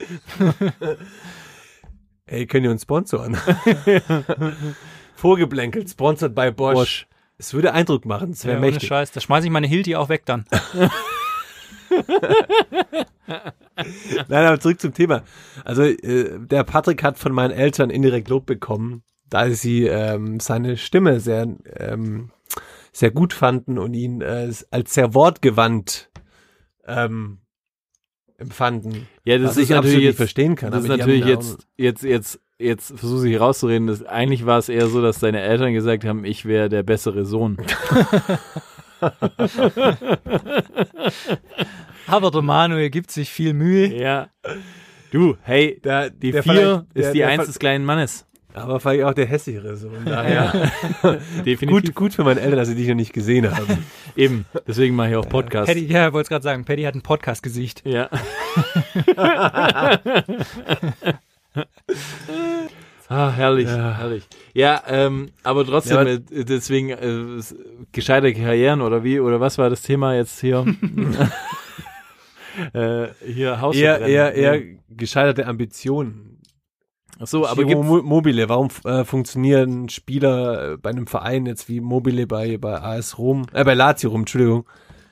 Ey, könnt ihr uns sponsoren? Vorgeblänkelt, sponsored by Bosch. Es würde Eindruck machen, es wäre mächtig. Ohne Scheiß, da schmeiße ich meine Hilti auch weg dann. Nein, aber zurück zum Thema. Also der Patrick hat von meinen Eltern indirekt Lob bekommen, da sie seine Stimme sehr sehr gut fanden und ihn als sehr wortgewandt empfanden. Ja, das was ist ich natürlich absolut jetzt nicht verstehen kann. Das ist aber die natürlich haben jetzt versuche ich rauszureden, eigentlich war es eher so, dass seine Eltern gesagt haben, ich wäre der bessere Sohn. Aber der Manuel gibt sich viel Mühe. Ja. Du, hey, die 4 ist die 1 des kleinen Mannes. aber vielleicht auch der hässlichere Sohn. Daher Definitiv. gut für meine Eltern, dass sie dich noch nicht gesehen haben. Eben, deswegen mache ich auch Podcast. Paddy, ja, ich wollte es gerade sagen, Paddy hat ein Podcast-Gesicht. Ja. Herrlich, herrlich. Ja, aber trotzdem, deswegen gescheite Karrieren oder wie, oder was war das Thema jetzt hier? Hier Hausverbrennen. Eher gescheiterte Ambitionen. Ach so, aber Mobile, warum funktionieren Spieler bei einem Verein jetzt wie Mobile bei AS Rom, bei Lazio Rom, Entschuldigung,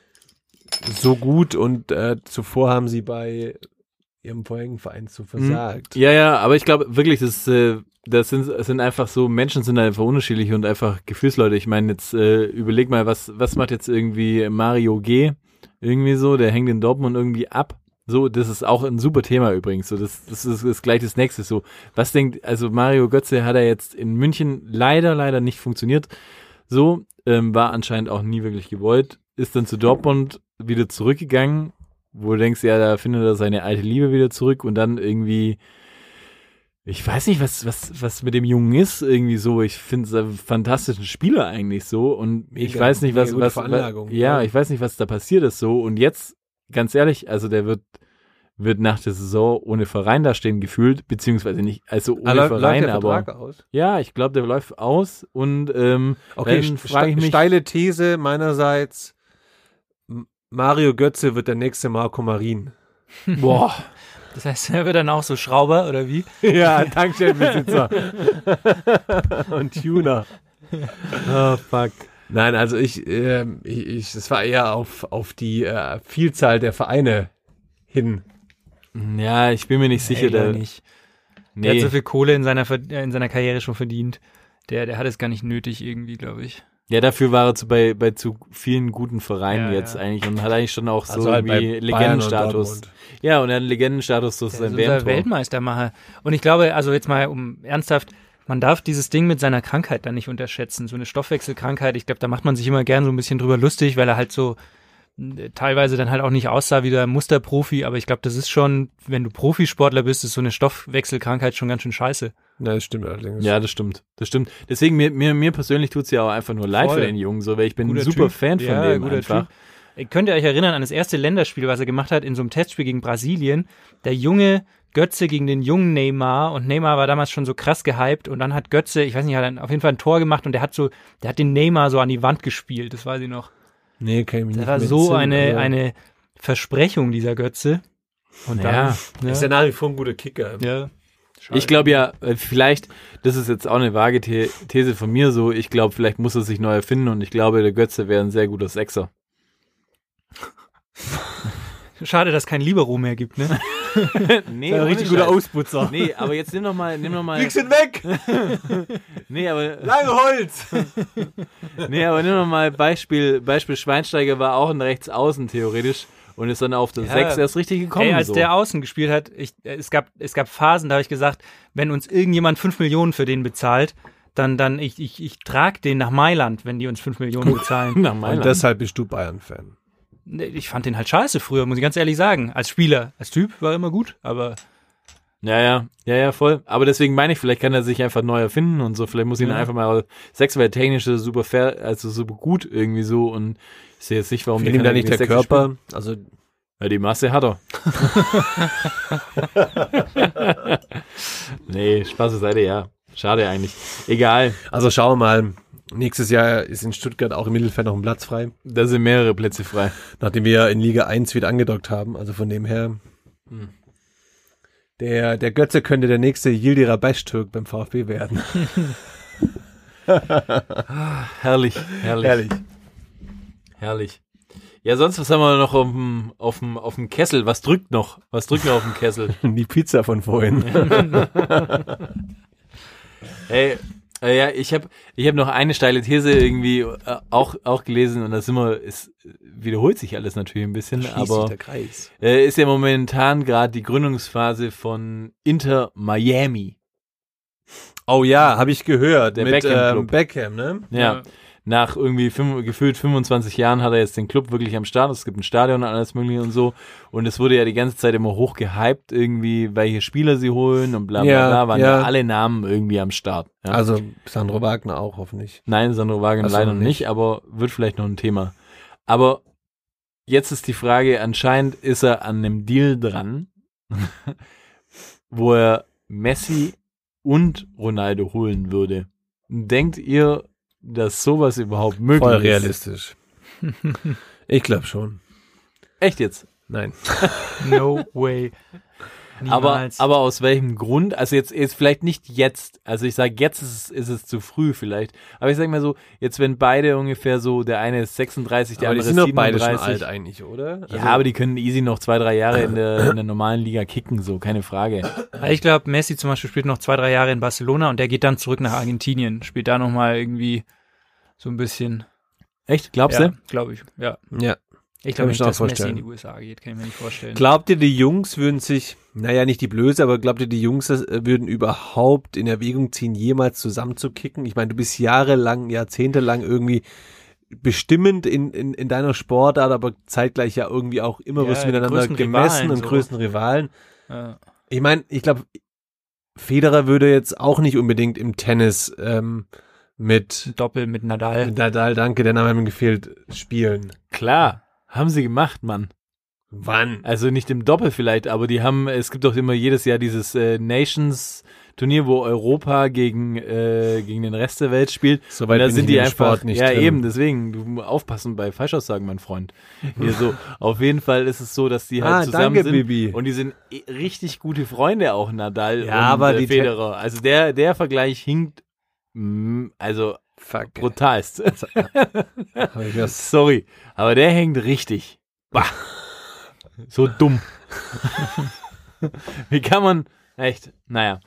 so gut und zuvor haben sie bei ihrem vorigen Verein so versagt. Ja, aber ich glaube wirklich, das sind einfach so, Menschen sind einfach unterschiedlich und einfach Gefühlsleute. Ich meine, jetzt überleg mal, was macht jetzt irgendwie Mario G. irgendwie so, der hängt in Dortmund irgendwie ab. So, das ist auch ein super Thema übrigens. So, das ist gleich das nächste. So, was denkt, also Mario Götze hat er jetzt in München leider nicht funktioniert. So, war anscheinend auch nie wirklich gewollt. Ist dann zu Dortmund wieder zurückgegangen, wo du denkst, ja, da findet er seine alte Liebe wieder zurück und dann irgendwie, ich weiß nicht, was mit dem Jungen ist, irgendwie so. Ich finde es einen fantastischen Spieler eigentlich so und ich weiß nicht, was ich weiß nicht, was da passiert ist so und jetzt, ganz ehrlich, also der wird nach der Saison ohne Verein da stehen gefühlt, beziehungsweise nicht, also ohne Verein, der aber Vertrag aus? Ja, ich glaube, der läuft aus und okay, dann frage ich mich, steile These meinerseits, Mario Götze wird der nächste Marco Marin. boah, Das heißt, er wird dann auch so Schrauber, oder wie? Ja, Tankstellenbesitzer. Und Tuner. Oh, fuck. Nein, also es war eher auf die Vielzahl der Vereine hin. ja, ich bin mir nicht sicher, Der nicht. Der nee. hat so viel Kohle in seiner Karriere schon verdient. Der hat es gar nicht nötig irgendwie, glaube ich. Ja, dafür war er bei zu vielen guten Vereinen Ja, jetzt ja. eigentlich und hat eigentlich schon auch so Also halt bei irgendwie Bayern Legendenstatus. und Dortmund. Ja, und er hat einen Legendenstatus, das ist Der ein ist unser WM-Tor. Weltmeistermacher. Und ich glaube, also jetzt mal ernsthaft, man darf dieses Ding mit seiner Krankheit dann nicht unterschätzen. So eine Stoffwechselkrankheit, ich glaube, da macht man sich immer gern so ein bisschen drüber lustig, weil er halt so teilweise dann halt auch nicht aussah wie der Musterprofi, aber ich glaube, das ist schon, wenn du Profisportler bist, ist so eine Stoffwechselkrankheit schon ganz schön scheiße. Ja, das stimmt allerdings. Ja, das stimmt. Deswegen, mir persönlich tut's ja auch einfach nur leid Voll. für den Jungen, so, weil ich bin Guter ein super Typ. Fan von Ja, dem guter einfach. Typ. Könnt ihr euch erinnern an das erste Länderspiel, was er gemacht hat in so einem Testspiel gegen Brasilien? Der junge Götze gegen den jungen Neymar und Neymar war damals schon so krass gehypt und dann hat Götze, ich weiß nicht, hat dann auf jeden Fall ein Tor gemacht und der hat den Neymar so an die Wand gespielt, das weiß ich noch. Nee, kann ich mich Das nicht war mehr so entsinnen, eine Versprechung, dieser Götze. Und dann, Ist ja nach wie vor ein guter Kicker. ja. Ich glaube ja, vielleicht, das ist jetzt auch eine vage These von mir so, ich glaube, vielleicht muss er sich neu erfinden und ich glaube, der Götze wäre ein sehr guter Sechser. Schade, dass es kein Libero mehr gibt, ne? Nee, Ein richtig guter Ausputzer. Nee, aber jetzt nimm noch mal. Fliegst ihn weg! Nee, aber Lange Holz! nimm noch mal Beispiel Schweinsteiger war auch ein Rechtsaußen theoretisch und ist dann auf der Ja. 6 erst richtig gekommen. Ey, als so. der außen gespielt hat, es gab Phasen, da habe ich gesagt, wenn uns irgendjemand 5 Millionen für den bezahlt, dann ich trage den nach Mailand, wenn die uns 5 Millionen bezahlen. Nach Und Mailand. deshalb bist du Bayern-Fan. Nee, ich fand den halt scheiße früher, muss ich ganz ehrlich sagen. Als Spieler, als Typ war er immer gut, aber Ja, voll. Aber deswegen meine ich, vielleicht kann er sich einfach neu erfinden und so. Vielleicht muss ihn einfach mal 6, weil technisch ist er super fair, also super gut irgendwie so und ich sehe jetzt nicht, warum Fehlt ihm da kann nicht der Sechser Körper? spielen. Also, Ja, die Masse hat er. Nee, Spaß beiseite, ja. Schade eigentlich. Egal, also schauen wir mal. Nächstes Jahr ist in Stuttgart auch im Mittelfeld noch ein Platz frei, da sind mehrere Plätze frei. nachdem wir in Liga 1 wieder angedockt haben. Also von dem her. Der Götze könnte der nächste Yildiz Baştürk beim VfB werden. Herrlich. Ja, sonst, was haben wir noch auf dem Kessel? Was drückt noch auf dem Kessel? Die Pizza von vorhin. Hey, Ja, ich hab noch eine steile These irgendwie auch gelesen und es wiederholt sich alles natürlich ein bisschen, aber der Kreis. Ist ja momentan gerade die Gründungsphase von Inter Miami. Oh ja, habe ich gehört. Der mit Beckham-Club. Beckham, ne? Ja. Nach irgendwie gefühlt 25 Jahren hat er jetzt den Club wirklich am Start. Es gibt ein Stadion und alles mögliche und so. Und es wurde ja die ganze Zeit immer hoch gehypt, irgendwie, welche Spieler sie holen und bla bla bla. Waren ja alle Namen irgendwie am Start. Ja. Also Sandro Wagner auch hoffentlich. Nein, Sandro Wagner leider noch nicht, aber wird vielleicht noch ein Thema. Aber jetzt ist die Frage, anscheinend ist er an einem Deal dran, wo er Messi und Ronaldo holen würde. Denkt ihr, dass sowas überhaupt möglich Voll ist? realistisch. Ich glaube schon. Echt jetzt? Nein. No way. Niemals. Aber aus welchem Grund? Also jetzt vielleicht nicht jetzt. Also ich sage, jetzt ist es zu früh vielleicht. Aber ich sage mal so, jetzt wenn beide ungefähr so, der eine ist 36, der Aber die andere sind ist doch beide 37. schon alt eigentlich, oder? Ja, aber die können easy noch 2-3 Jahre in der normalen Liga kicken, so, keine Frage. Ich glaube, Messi zum Beispiel spielt noch 2-3 Jahre in Barcelona und der geht dann zurück nach Argentinien. Spielt da nochmal irgendwie so ein bisschen. Echt? Glaubst Ja, du? glaube ich, ja. Ja. Ich Kann glaube ich nicht, mir auch dass Messi vorstellen. in die USA geht, kann ich mir nicht vorstellen. Glaubt ihr, die Jungs würden sich, naja, nicht die Blöße, aber glaubt ihr, die Jungs würden überhaupt in Erwägung ziehen, jemals zusammenzukicken? Ich meine, du bist jahrzehntelang irgendwie bestimmend in deiner Sportart, aber zeitgleich ja irgendwie auch immer Ja, wirst du die miteinander größten gemessen Rivalen, und so. größten Rivalen. Ja. Ich meine, ich glaube, Federer würde jetzt auch nicht unbedingt im Tennis mit Doppel mit Nadal. Nadal, danke, der Name hat mir gefehlt, spielen. Klar. Haben sie gemacht, Mann. Wann? Also nicht im Doppel vielleicht, aber es gibt doch immer jedes Jahr dieses Nations-Turnier, wo Europa gegen den Rest der Welt spielt. Soweit Und da bin sind ich die in dem einfach, Sport nicht ja drin. eben, deswegen, du musst aufpassen bei Falschaussagen, mein Freund. Hier so, auf jeden Fall ist es so, dass die halt zusammen danke, sind. Bibi. Und die sind richtig gute Freunde auch, Nadal Ja, und aber die Federer. Also der Vergleich hinkt, also Fuck. brutalst. Hab ich was? Sorry, aber der hängt richtig. Bah. So dumm. Wie kann man, echt, naja.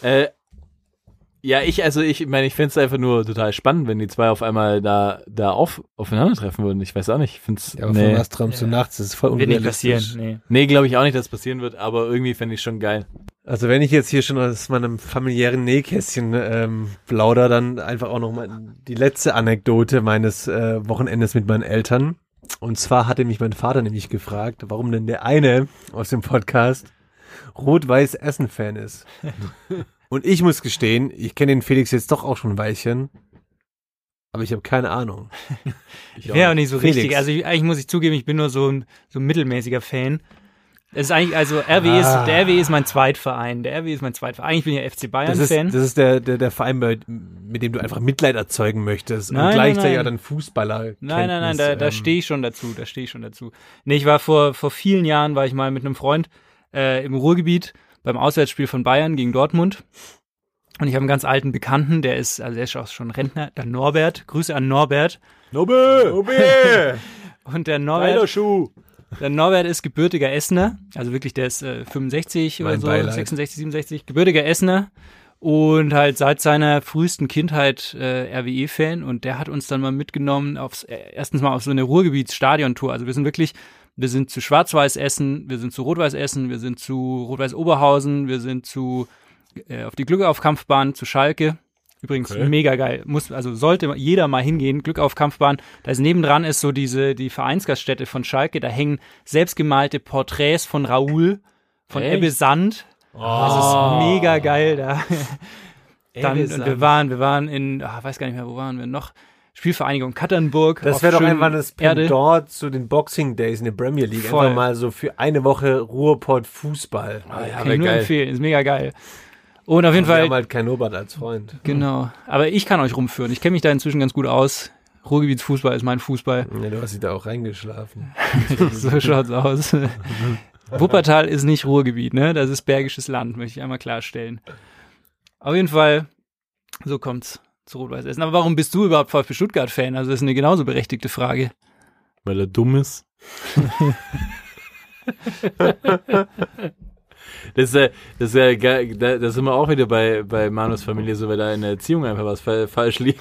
Ja, ich meine, ich fände es einfach nur total spannend, wenn die zwei auf einmal da aufeinandertreffen würden. Ich weiß auch nicht, ich finde es, Ja, aber von was träumst du nachts? Das ist voll Wird nicht unrealistisch. passieren, nee. Nee, glaube ich auch nicht, dass es passieren wird, aber irgendwie fände ich schon geil. Also wenn ich jetzt hier schon aus meinem familiären Nähkästchen plauder, dann einfach auch nochmal die letzte Anekdote meines Wochenendes mit meinen Eltern. Und zwar hatte mich mein Vater nämlich gefragt, warum denn der eine aus dem Podcast Rot-Weiß-Essen-Fan ist. Und ich muss gestehen, ich kenne den Felix jetzt doch auch schon ein Weilchen, aber ich habe keine Ahnung. Ich wäre auch nicht so Felix. richtig. Also eigentlich muss ich zugeben, ich bin nur so ein mittelmäßiger Fan. Es ist eigentlich, also der RWE ist mein Zweitverein. Der RWE ist mein Zweitverein. Eigentlich bin ich ja FC Bayern-Fan. Das ist der Verein, mit dem du einfach Mitleid erzeugen möchtest und Nein, gleichzeitig nein. auch dann Fußballer. Nein, da stehe ich schon dazu. Nee, ich war vor vielen Jahren, war ich mal mit einem Freund im Ruhrgebiet beim Auswärtsspiel von Bayern gegen Dortmund. Und ich habe einen ganz alten Bekannten, der ist auch schon Rentner, der Norbert. Grüße an Norbert. Nobe! Und der Norbert, Schuh! der Norbert ist gebürtiger Essener, also wirklich, der ist 65 oder Mein so, Beileid. 66, 67, gebürtiger Essener und halt seit seiner frühesten Kindheit RWE-Fan und der hat uns dann mal mitgenommen erstens mal auf so eine Ruhrgebietsstadiontour. Also wir sind zu Schwarz-Weiß Essen, wir sind zu Rot-Weiß Essen, wir sind zu Rot-Weiß Oberhausen, wir sind auf die Glückaufkampfbahn zu Schalke. Übrigens mega geil. Sollte jeder mal hingehen. Glückaufkampfbahn. Da ist nebendran ist so die Vereinsgaststätte von Schalke. Da hängen selbstgemalte Porträts von Raoul, von Echt? Ebbe Sand. Das ist mega geil da. Dann, Ebbe und Sand. wir waren in, weiß gar nicht mehr, wo waren wir noch? Spielvereinigung Katternburg. Das auf wäre doch schönen einfach das Erde. Pendant zu den Boxing Days in der Premier League. Voll. Einfach mal so für eine Woche Ruhrpott Fußball. Kann ich nur empfehlen. Ist mega geil. Und auf jeden Wir Fall, haben halt keinen Norbert als Freund. genau. Aber ich kann euch rumführen. Ich kenne mich da inzwischen ganz gut aus. Ruhrgebietsfußball ist mein Fußball. Ja, du hast dich da auch reingeschlafen. So schaut's aus. Wuppertal ist nicht Ruhrgebiet, ne? Das ist Bergisches Land, möchte ich einmal klarstellen. Auf jeden Fall, so kommt's zu Rot-Weiß Essen. Aber warum bist du überhaupt VfB Stuttgart-Fan? Also das ist eine genauso berechtigte Frage. Weil er dumm ist. Das ist ja geil, da sind wir auch wieder bei Manus Familie, so weil da in der Erziehung einfach was falsch lief.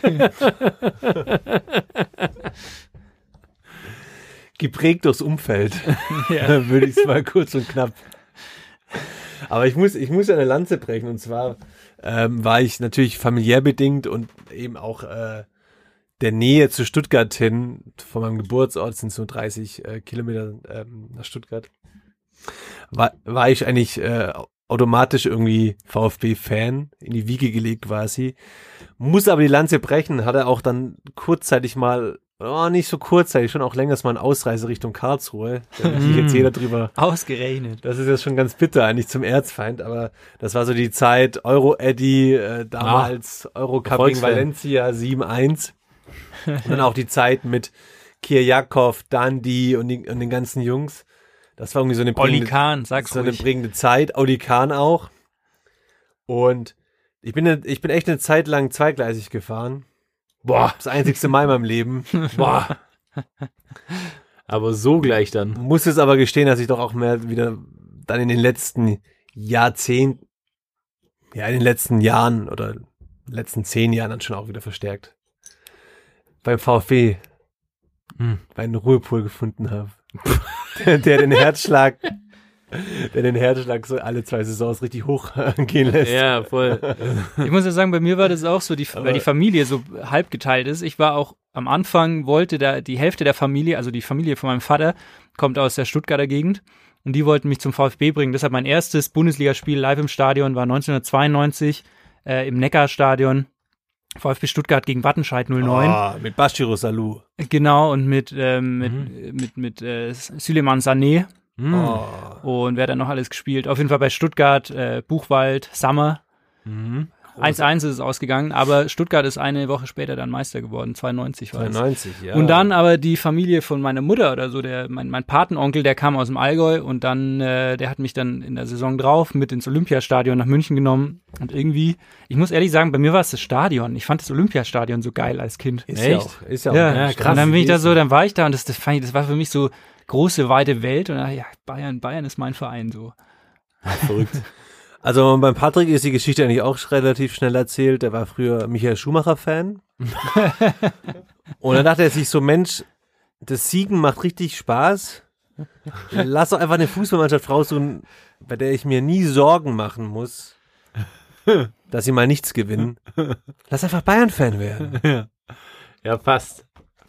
Geprägt durchs Umfeld, würde ich es mal kurz und knapp. Aber ich muss ja eine Lanze brechen, und zwar war ich natürlich familiär bedingt und eben auch der Nähe zu Stuttgart hin, von meinem Geburtsort sind so 30 Kilometer nach Stuttgart, war ich eigentlich automatisch irgendwie VfB-Fan, in die Wiege gelegt quasi. Muss aber die Lanze brechen, hatte auch dann kurzzeitig mal, nicht so kurzzeitig, schon auch längers mal eine Ausreise Richtung Karlsruhe. Da will sich jetzt jeder drüber. Ausgerechnet. Das ist jetzt schon ganz bitter eigentlich zum Erzfeind, aber das war so die Zeit Euro-Eddy, damals Eurocup gegen Valencia 7-1. Und dann auch die Zeit mit Kirjakov, Dandi und den ganzen Jungs. Das war irgendwie so eine Oli Kahn, sag's so eine prägende Zeit. Oli Kahn auch. Und ich bin echt eine Zeit lang zweigleisig gefahren. Boah, das einzigste Mal in meinem Leben. Boah. Aber so gleich dann. Muss es aber gestehen, dass ich doch auch mehr wieder dann in den letzten Jahrzehnten, in den letzten Jahren oder letzten 10 Jahren dann schon auch wieder verstärkt beim VfB einen Ruhepol gefunden habe. der den Herzschlag so alle 2 Saisons richtig hoch gehen lässt. Ja, voll. Ich muss ja sagen, bei mir war das auch so, weil die Familie so halb geteilt ist. Ich war auch am Anfang, wollte die Hälfte der Familie, also die Familie von meinem Vater, kommt aus der Stuttgarter Gegend und die wollten mich zum VfB bringen. Deshalb mein erstes Bundesligaspiel live im Stadion war 1992 im Neckarstadion. VfB Stuttgart gegen Wattenscheid 09. Mit Bashiro Salou. Genau, und mit Süleyman Sané. Und wer hat dann noch alles gespielt? Auf jeden Fall bei Stuttgart, Buchwald, Sammer. 1-1 ist es ausgegangen, aber Stuttgart ist eine Woche später dann Meister geworden, 92 war es. 92, ja. Und dann aber die Familie von meiner Mutter oder so, mein Patenonkel, der kam aus dem Allgäu und dann, der hat mich dann in der Saison drauf mit ins Olympiastadion nach München genommen und irgendwie, ich muss ehrlich sagen, bei mir war es das Stadion. Ich fand das Olympiastadion so geil als Kind. Ist ja auch. Ja, krass. Und dann bin ich da so, dann war ich da und das war für mich so große, weite Welt und ja, Bayern ist mein Verein so. Verrückt. Also beim Patrick ist die Geschichte eigentlich auch relativ schnell erzählt. Der war früher Michael Schumacher-Fan. Und dann dachte er sich so, Mensch, das Siegen macht richtig Spaß. Lass doch einfach eine Fußballmannschaft raussuchen, bei der ich mir nie Sorgen machen muss, dass sie mal nichts gewinnen. Lass einfach Bayern-Fan werden. Ja, fast.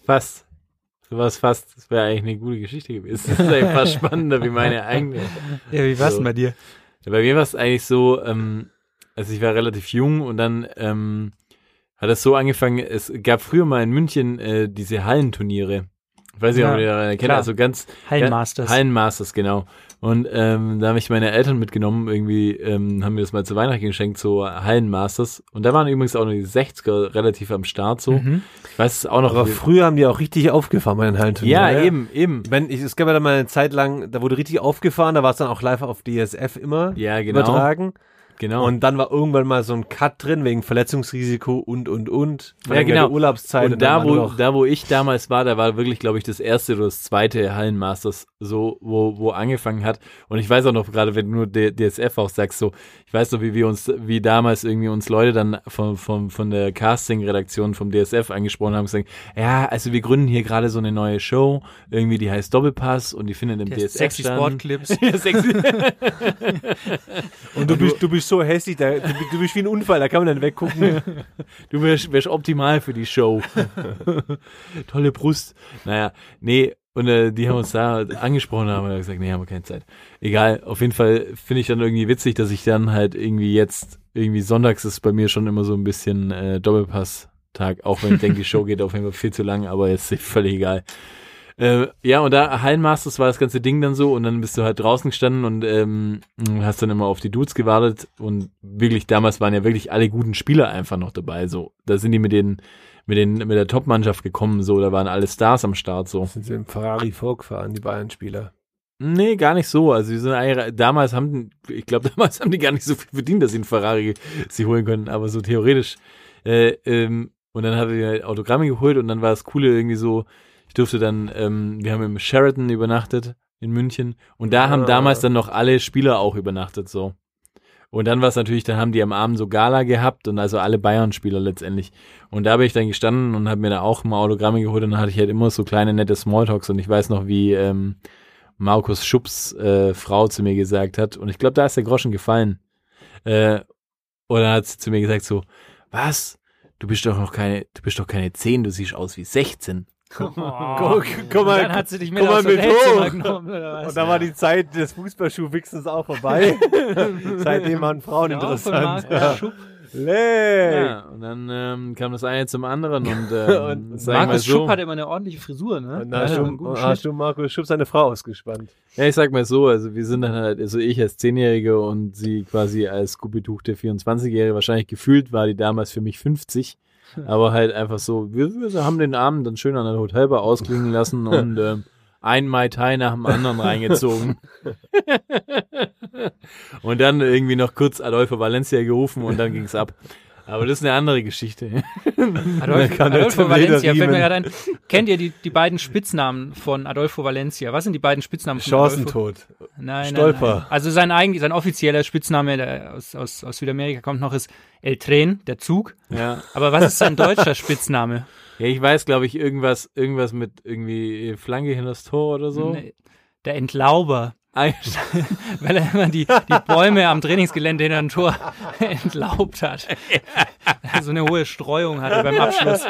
Sowas fast. Das wäre eigentlich eine gute Geschichte gewesen. Das ist eigentlich fast spannender wie meine eigene. Ja, wie war's denn bei dir? Ja, bei mir war es eigentlich so, also ich war relativ jung und dann hat es so angefangen, es gab früher mal in München diese Hallenturniere. Ich weiß nicht, ob ihr daran kennt, also ganz Hallenmasters, genau. Und da habe ich meine Eltern mitgenommen, irgendwie haben mir das mal zu Weihnachten geschenkt, so Hallenmasters. Und da waren übrigens auch noch die 60er relativ am Start so. Ich weiß es auch noch. Aber früher haben die auch richtig aufgefahren bei den Hallenturnieren. Ja, eben. Es gab ja dann mal eine Zeit lang, da wurde richtig aufgefahren, da war es dann auch live auf DSF immer übertragen. Genau. Und dann war irgendwann mal so ein Cut drin, wegen Verletzungsrisiko und. Ja, genau. Urlaubszeit. Und da, wo ich damals war, da war wirklich, glaube ich, das erste oder das zweite Hallenmasters so, wo angefangen hat. Und ich weiß auch noch, gerade wenn du nur DSF auch sagst, so, ich weiß noch, wie damals irgendwie uns Leute dann von der Casting-Redaktion vom DSF angesprochen haben, gesagt, ja, also wir gründen hier gerade so eine neue Show, irgendwie, die heißt Doppelpass und die findet im DSF Sexy Sportclips. Ja, sexy. Und du bist so hässlich, du bist wie ein Unfall, da kann man dann weggucken. Du wärst optimal für die Show. Tolle Brust. Naja, nee, und die haben uns da angesprochen und haben gesagt, nee, haben wir keine Zeit. Egal, auf jeden Fall finde ich dann irgendwie witzig, dass ich dann halt irgendwie sonntags ist bei mir schon immer so ein bisschen Doppelpass-Tag, auch wenn ich denke, die Show geht auf jeden Fall viel zu lang, aber jetzt ist völlig egal. Ja, und da Hallenmasters war das ganze Ding dann so und dann bist du halt draußen gestanden und hast dann immer auf die Dudes gewartet und wirklich, damals waren ja wirklich alle guten Spieler einfach noch dabei, so. Da sind die mit der Top-Mannschaft gekommen, so, da waren alle Stars am Start, so. Sind sie im Ferrari vorgefahren, die Bayern-Spieler? Nee, gar nicht so, also die sind eigentlich, damals haben die gar nicht so viel verdient, dass sie einen Ferrari sich holen können, aber so theoretisch, und dann hat er halt Autogramme geholt und dann war das Coole irgendwie so, ich durfte dann, wir haben im Sheraton übernachtet, in München. Und da haben damals dann noch alle Spieler auch übernachtet, so. Und dann war es natürlich, dann haben die am Abend so Gala gehabt und also alle Bayern-Spieler letztendlich. Und da bin ich dann gestanden und habe mir da auch mal Autogramme geholt und dann hatte ich halt immer so kleine nette Smalltalks und ich weiß noch, wie Markus Schupps Frau zu mir gesagt hat und ich glaube, da ist der Groschen gefallen. Und dann hat sie zu mir gesagt so, was? Du bist doch keine 10, du siehst aus wie 16. Guck mal, dann hat sie dich mit aufs mit Hotelzimmer hoch. genommen, oder was? Und da war die Zeit des Fußballschuhwichsens auch vorbei. Seitdem waren Frauen Ja, von interessant. Markus Schupp. Leck. Ja, und dann kam das eine zum anderen und sag ich mal Markus so, Schupp hatte immer eine ordentliche Frisur, ne? Und Ja, einen guten hast Schnitt. du Markus Schupp seine Frau ausgespannt. ja, ich sag mal so, also wir sind dann halt, also ich als 10-Jährige und sie quasi als guppetuchte 24-Jährige, wahrscheinlich gefühlt war die damals für mich 50, aber halt einfach so, wir haben den Abend dann schön an der Hotelbar ausklingen lassen und ein Mai Tai nach dem anderen reingezogen. Und dann irgendwie noch kurz Adolfo Valencia gerufen und dann ging's ab. Aber das ist eine andere Geschichte. Adolfo Valencia, fällt mir gerade ein. Kennt ihr die beiden Spitznamen von Adolfo Valencia? Was sind die beiden Spitznamen von Adolfo? Chancentod. Nein. Stolper. Also sein offizieller Spitzname, der aus Südamerika kommt noch, ist El Tren, der Zug. Ja. Aber was ist sein deutscher Spitzname? Ja, ich weiß, glaube ich, irgendwas mit irgendwie Flanke hinter das Tor oder so. Nee, der Entlauber. Weil er immer die Bäume am Trainingsgelände hinter dem Tor entlaubt hat. So eine hohe Streuung hatte beim Abschluss.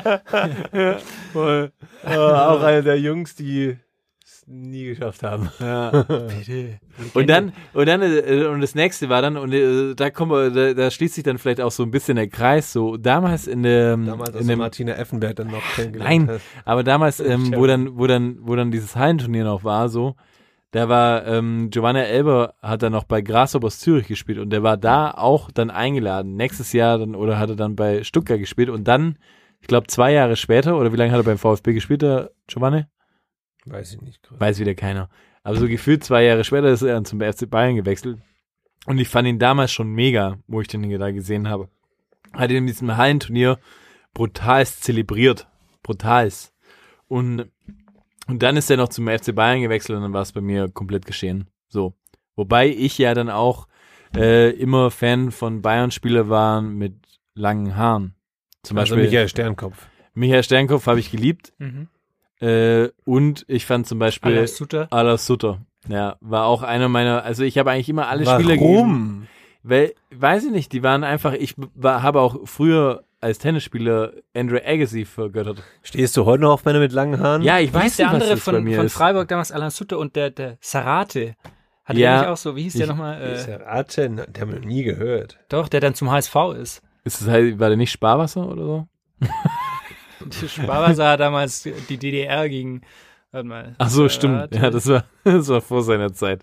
Auch einer der Jungs, die es nie geschafft haben. Ja. Bitte. Und das nächste war dann, und da schließt sich dann vielleicht auch so ein bisschen der Kreis, so damals Damals, als Martina Effenberg dann noch kennengelernt nein, hast. aber damals, wo dann dieses Hallenturnier noch war, so, da war, Giovanna Elber hat dann noch bei Grasshoppers Zürich gespielt und der war da auch dann eingeladen. Nächstes Jahr dann, oder hat er dann bei Stuttgart gespielt und dann, ich glaube 2 Jahre später, oder wie lange hat er beim VfB gespielt, der Giovanni? Weiß ich nicht. Weiß wieder keiner. Aber so gefühlt 2 Jahre später ist er dann zum FC Bayern gewechselt. Und ich fand ihn damals schon mega, wo ich den da gesehen habe. Hat ihn in diesem Hallenturnier brutalst zelebriert. Brutalst. Und dann ist er noch zum FC Bayern gewechselt und dann war es bei mir komplett geschehen. So. Wobei ich ja dann auch immer Fan von Bayern-Spieler war mit langen Haaren. Zum Also Beispiel Michael Sternkopf. Michael Sternkopf habe ich geliebt. Mhm. Und ich fand zum Beispiel Alas Sutter. Ja, war auch einer meiner, also ich habe eigentlich immer alle Spieler gegeben. Warum? Weil, weiß ich nicht, die waren einfach, habe auch früher als Tennisspieler Andrew Agassi vergöttert. Stehst du heute noch auf Männer mit langen Haaren? Ja, ich Wie hieß weiß der nicht, was andere das bei mir von ist. Freiburg damals, Alain Sutter und der Sarate. Hat Ja. der nicht auch so, wie hieß der nochmal? Ist der Rate? Der haben wir noch nie gehört. Doch, der dann zum HSV ist. Ist das halt, war der nicht Sparwasser oder so? Die Sparwasser hat damals die DDR gegen, warte mal. Ach so, stimmt. Ja, das war vor seiner Zeit.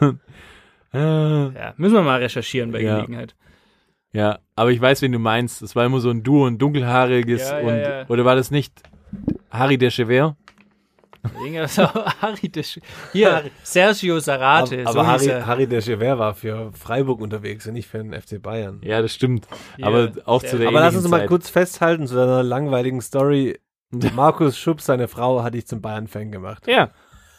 Ja, müssen wir mal recherchieren bei Ja. Gelegenheit. Ja, aber ich weiß, wen du meinst. Das war immer so ein Duo, ein dunkelhaariges Ja, und, ja. oder war das nicht Harry de Chever? Hier, Sergio Sarate. Aber so hieß er. Harry de Gever war für Freiburg unterwegs und nicht für den FC Bayern. Ja, das stimmt. Ja, Aber auch zu der Aber lass ähnlichen uns mal Zeit. kurz festhalten zu deiner langweiligen Story. Markus Schupp, seine Frau, hat dich zum Bayern-Fan gemacht. Ja,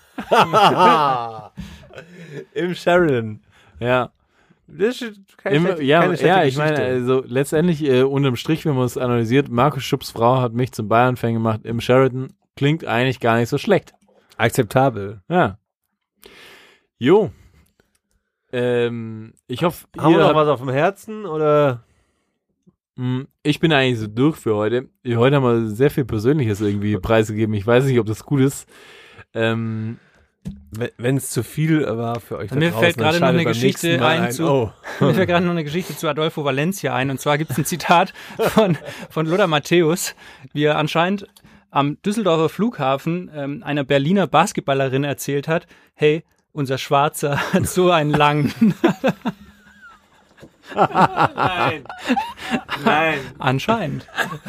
Im Sheridan. ja. Das ist keine Immer, schlechte- ja, keine schlechte ja, ich meine, Geschichte. also letztendlich unterm Strich, wenn man es analysiert, Markus Schupps Frau hat mich zum Bayern-Fan gemacht im Sheridan. Klingt eigentlich gar nicht so schlecht. Akzeptabel. Ja. Jo. Ich hoffe, Haben wir ihr noch habt, was auf dem Herzen oder? ich bin eigentlich so durch für heute. Heute haben wir sehr viel Persönliches irgendwie preisgegeben. Ich weiß nicht, ob das gut ist. Wenn es zu viel war für euch da Mir draußen, fällt gerade dann noch eine schaltet beim Geschichte nächsten Mal ein zu- Oh. Mir fällt gerade noch eine Geschichte zu Adolfo Valencia ein. Und zwar gibt es ein Zitat von Lothar Matthäus, wie er anscheinend am Düsseldorfer Flughafen einer Berliner Basketballerin erzählt hat, hey, unser Schwarzer hat so einen langen. Nein. Nein. Anscheinend.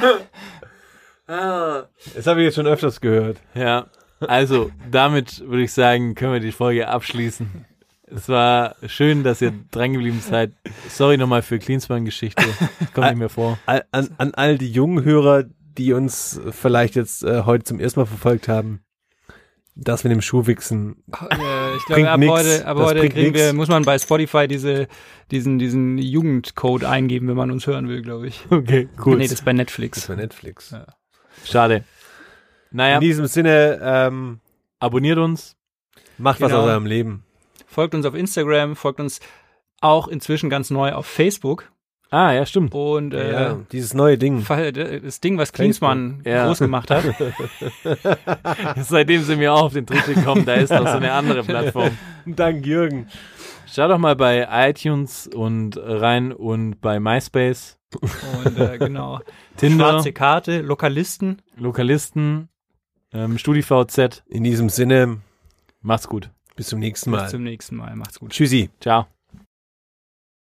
Das habe ich jetzt schon öfters gehört. Ja, also damit würde ich sagen, können wir die Folge abschließen. Es war schön, dass ihr dran geblieben seid. Sorry nochmal für Klinsmann-Geschichte. Kommt nicht mehr vor. An all die jungen Hörer, die uns vielleicht jetzt heute zum ersten Mal verfolgt haben. das mit dem Schuhwichsen. Ich glaube, ab heute muss man bei Spotify diesen Jugendcode eingeben, wenn man uns hören will, glaube ich. Okay, cool. Nee, das ist bei Netflix. Ja. Schade. Naja. In diesem Sinne, abonniert uns. Macht was aus eurem Leben. Folgt uns auf Instagram, folgt uns auch inzwischen ganz neu auf Facebook. Ah, ja, stimmt. Und dieses neue Ding. Das Ding, was Klinsmann groß gemacht hat. Seitdem sind wir auch auf den Tritt gekommen, da ist noch so eine andere Plattform. Dank Jürgen. Schau doch mal bei iTunes und rein und bei MySpace. Und genau. Tinder. Schwarze Karte, Lokalisten, StudiVZ. In diesem Sinne, Macht's gut. bis zum nächsten Mal. Bis zum nächsten Mal. Macht's gut. Tschüssi. Ciao.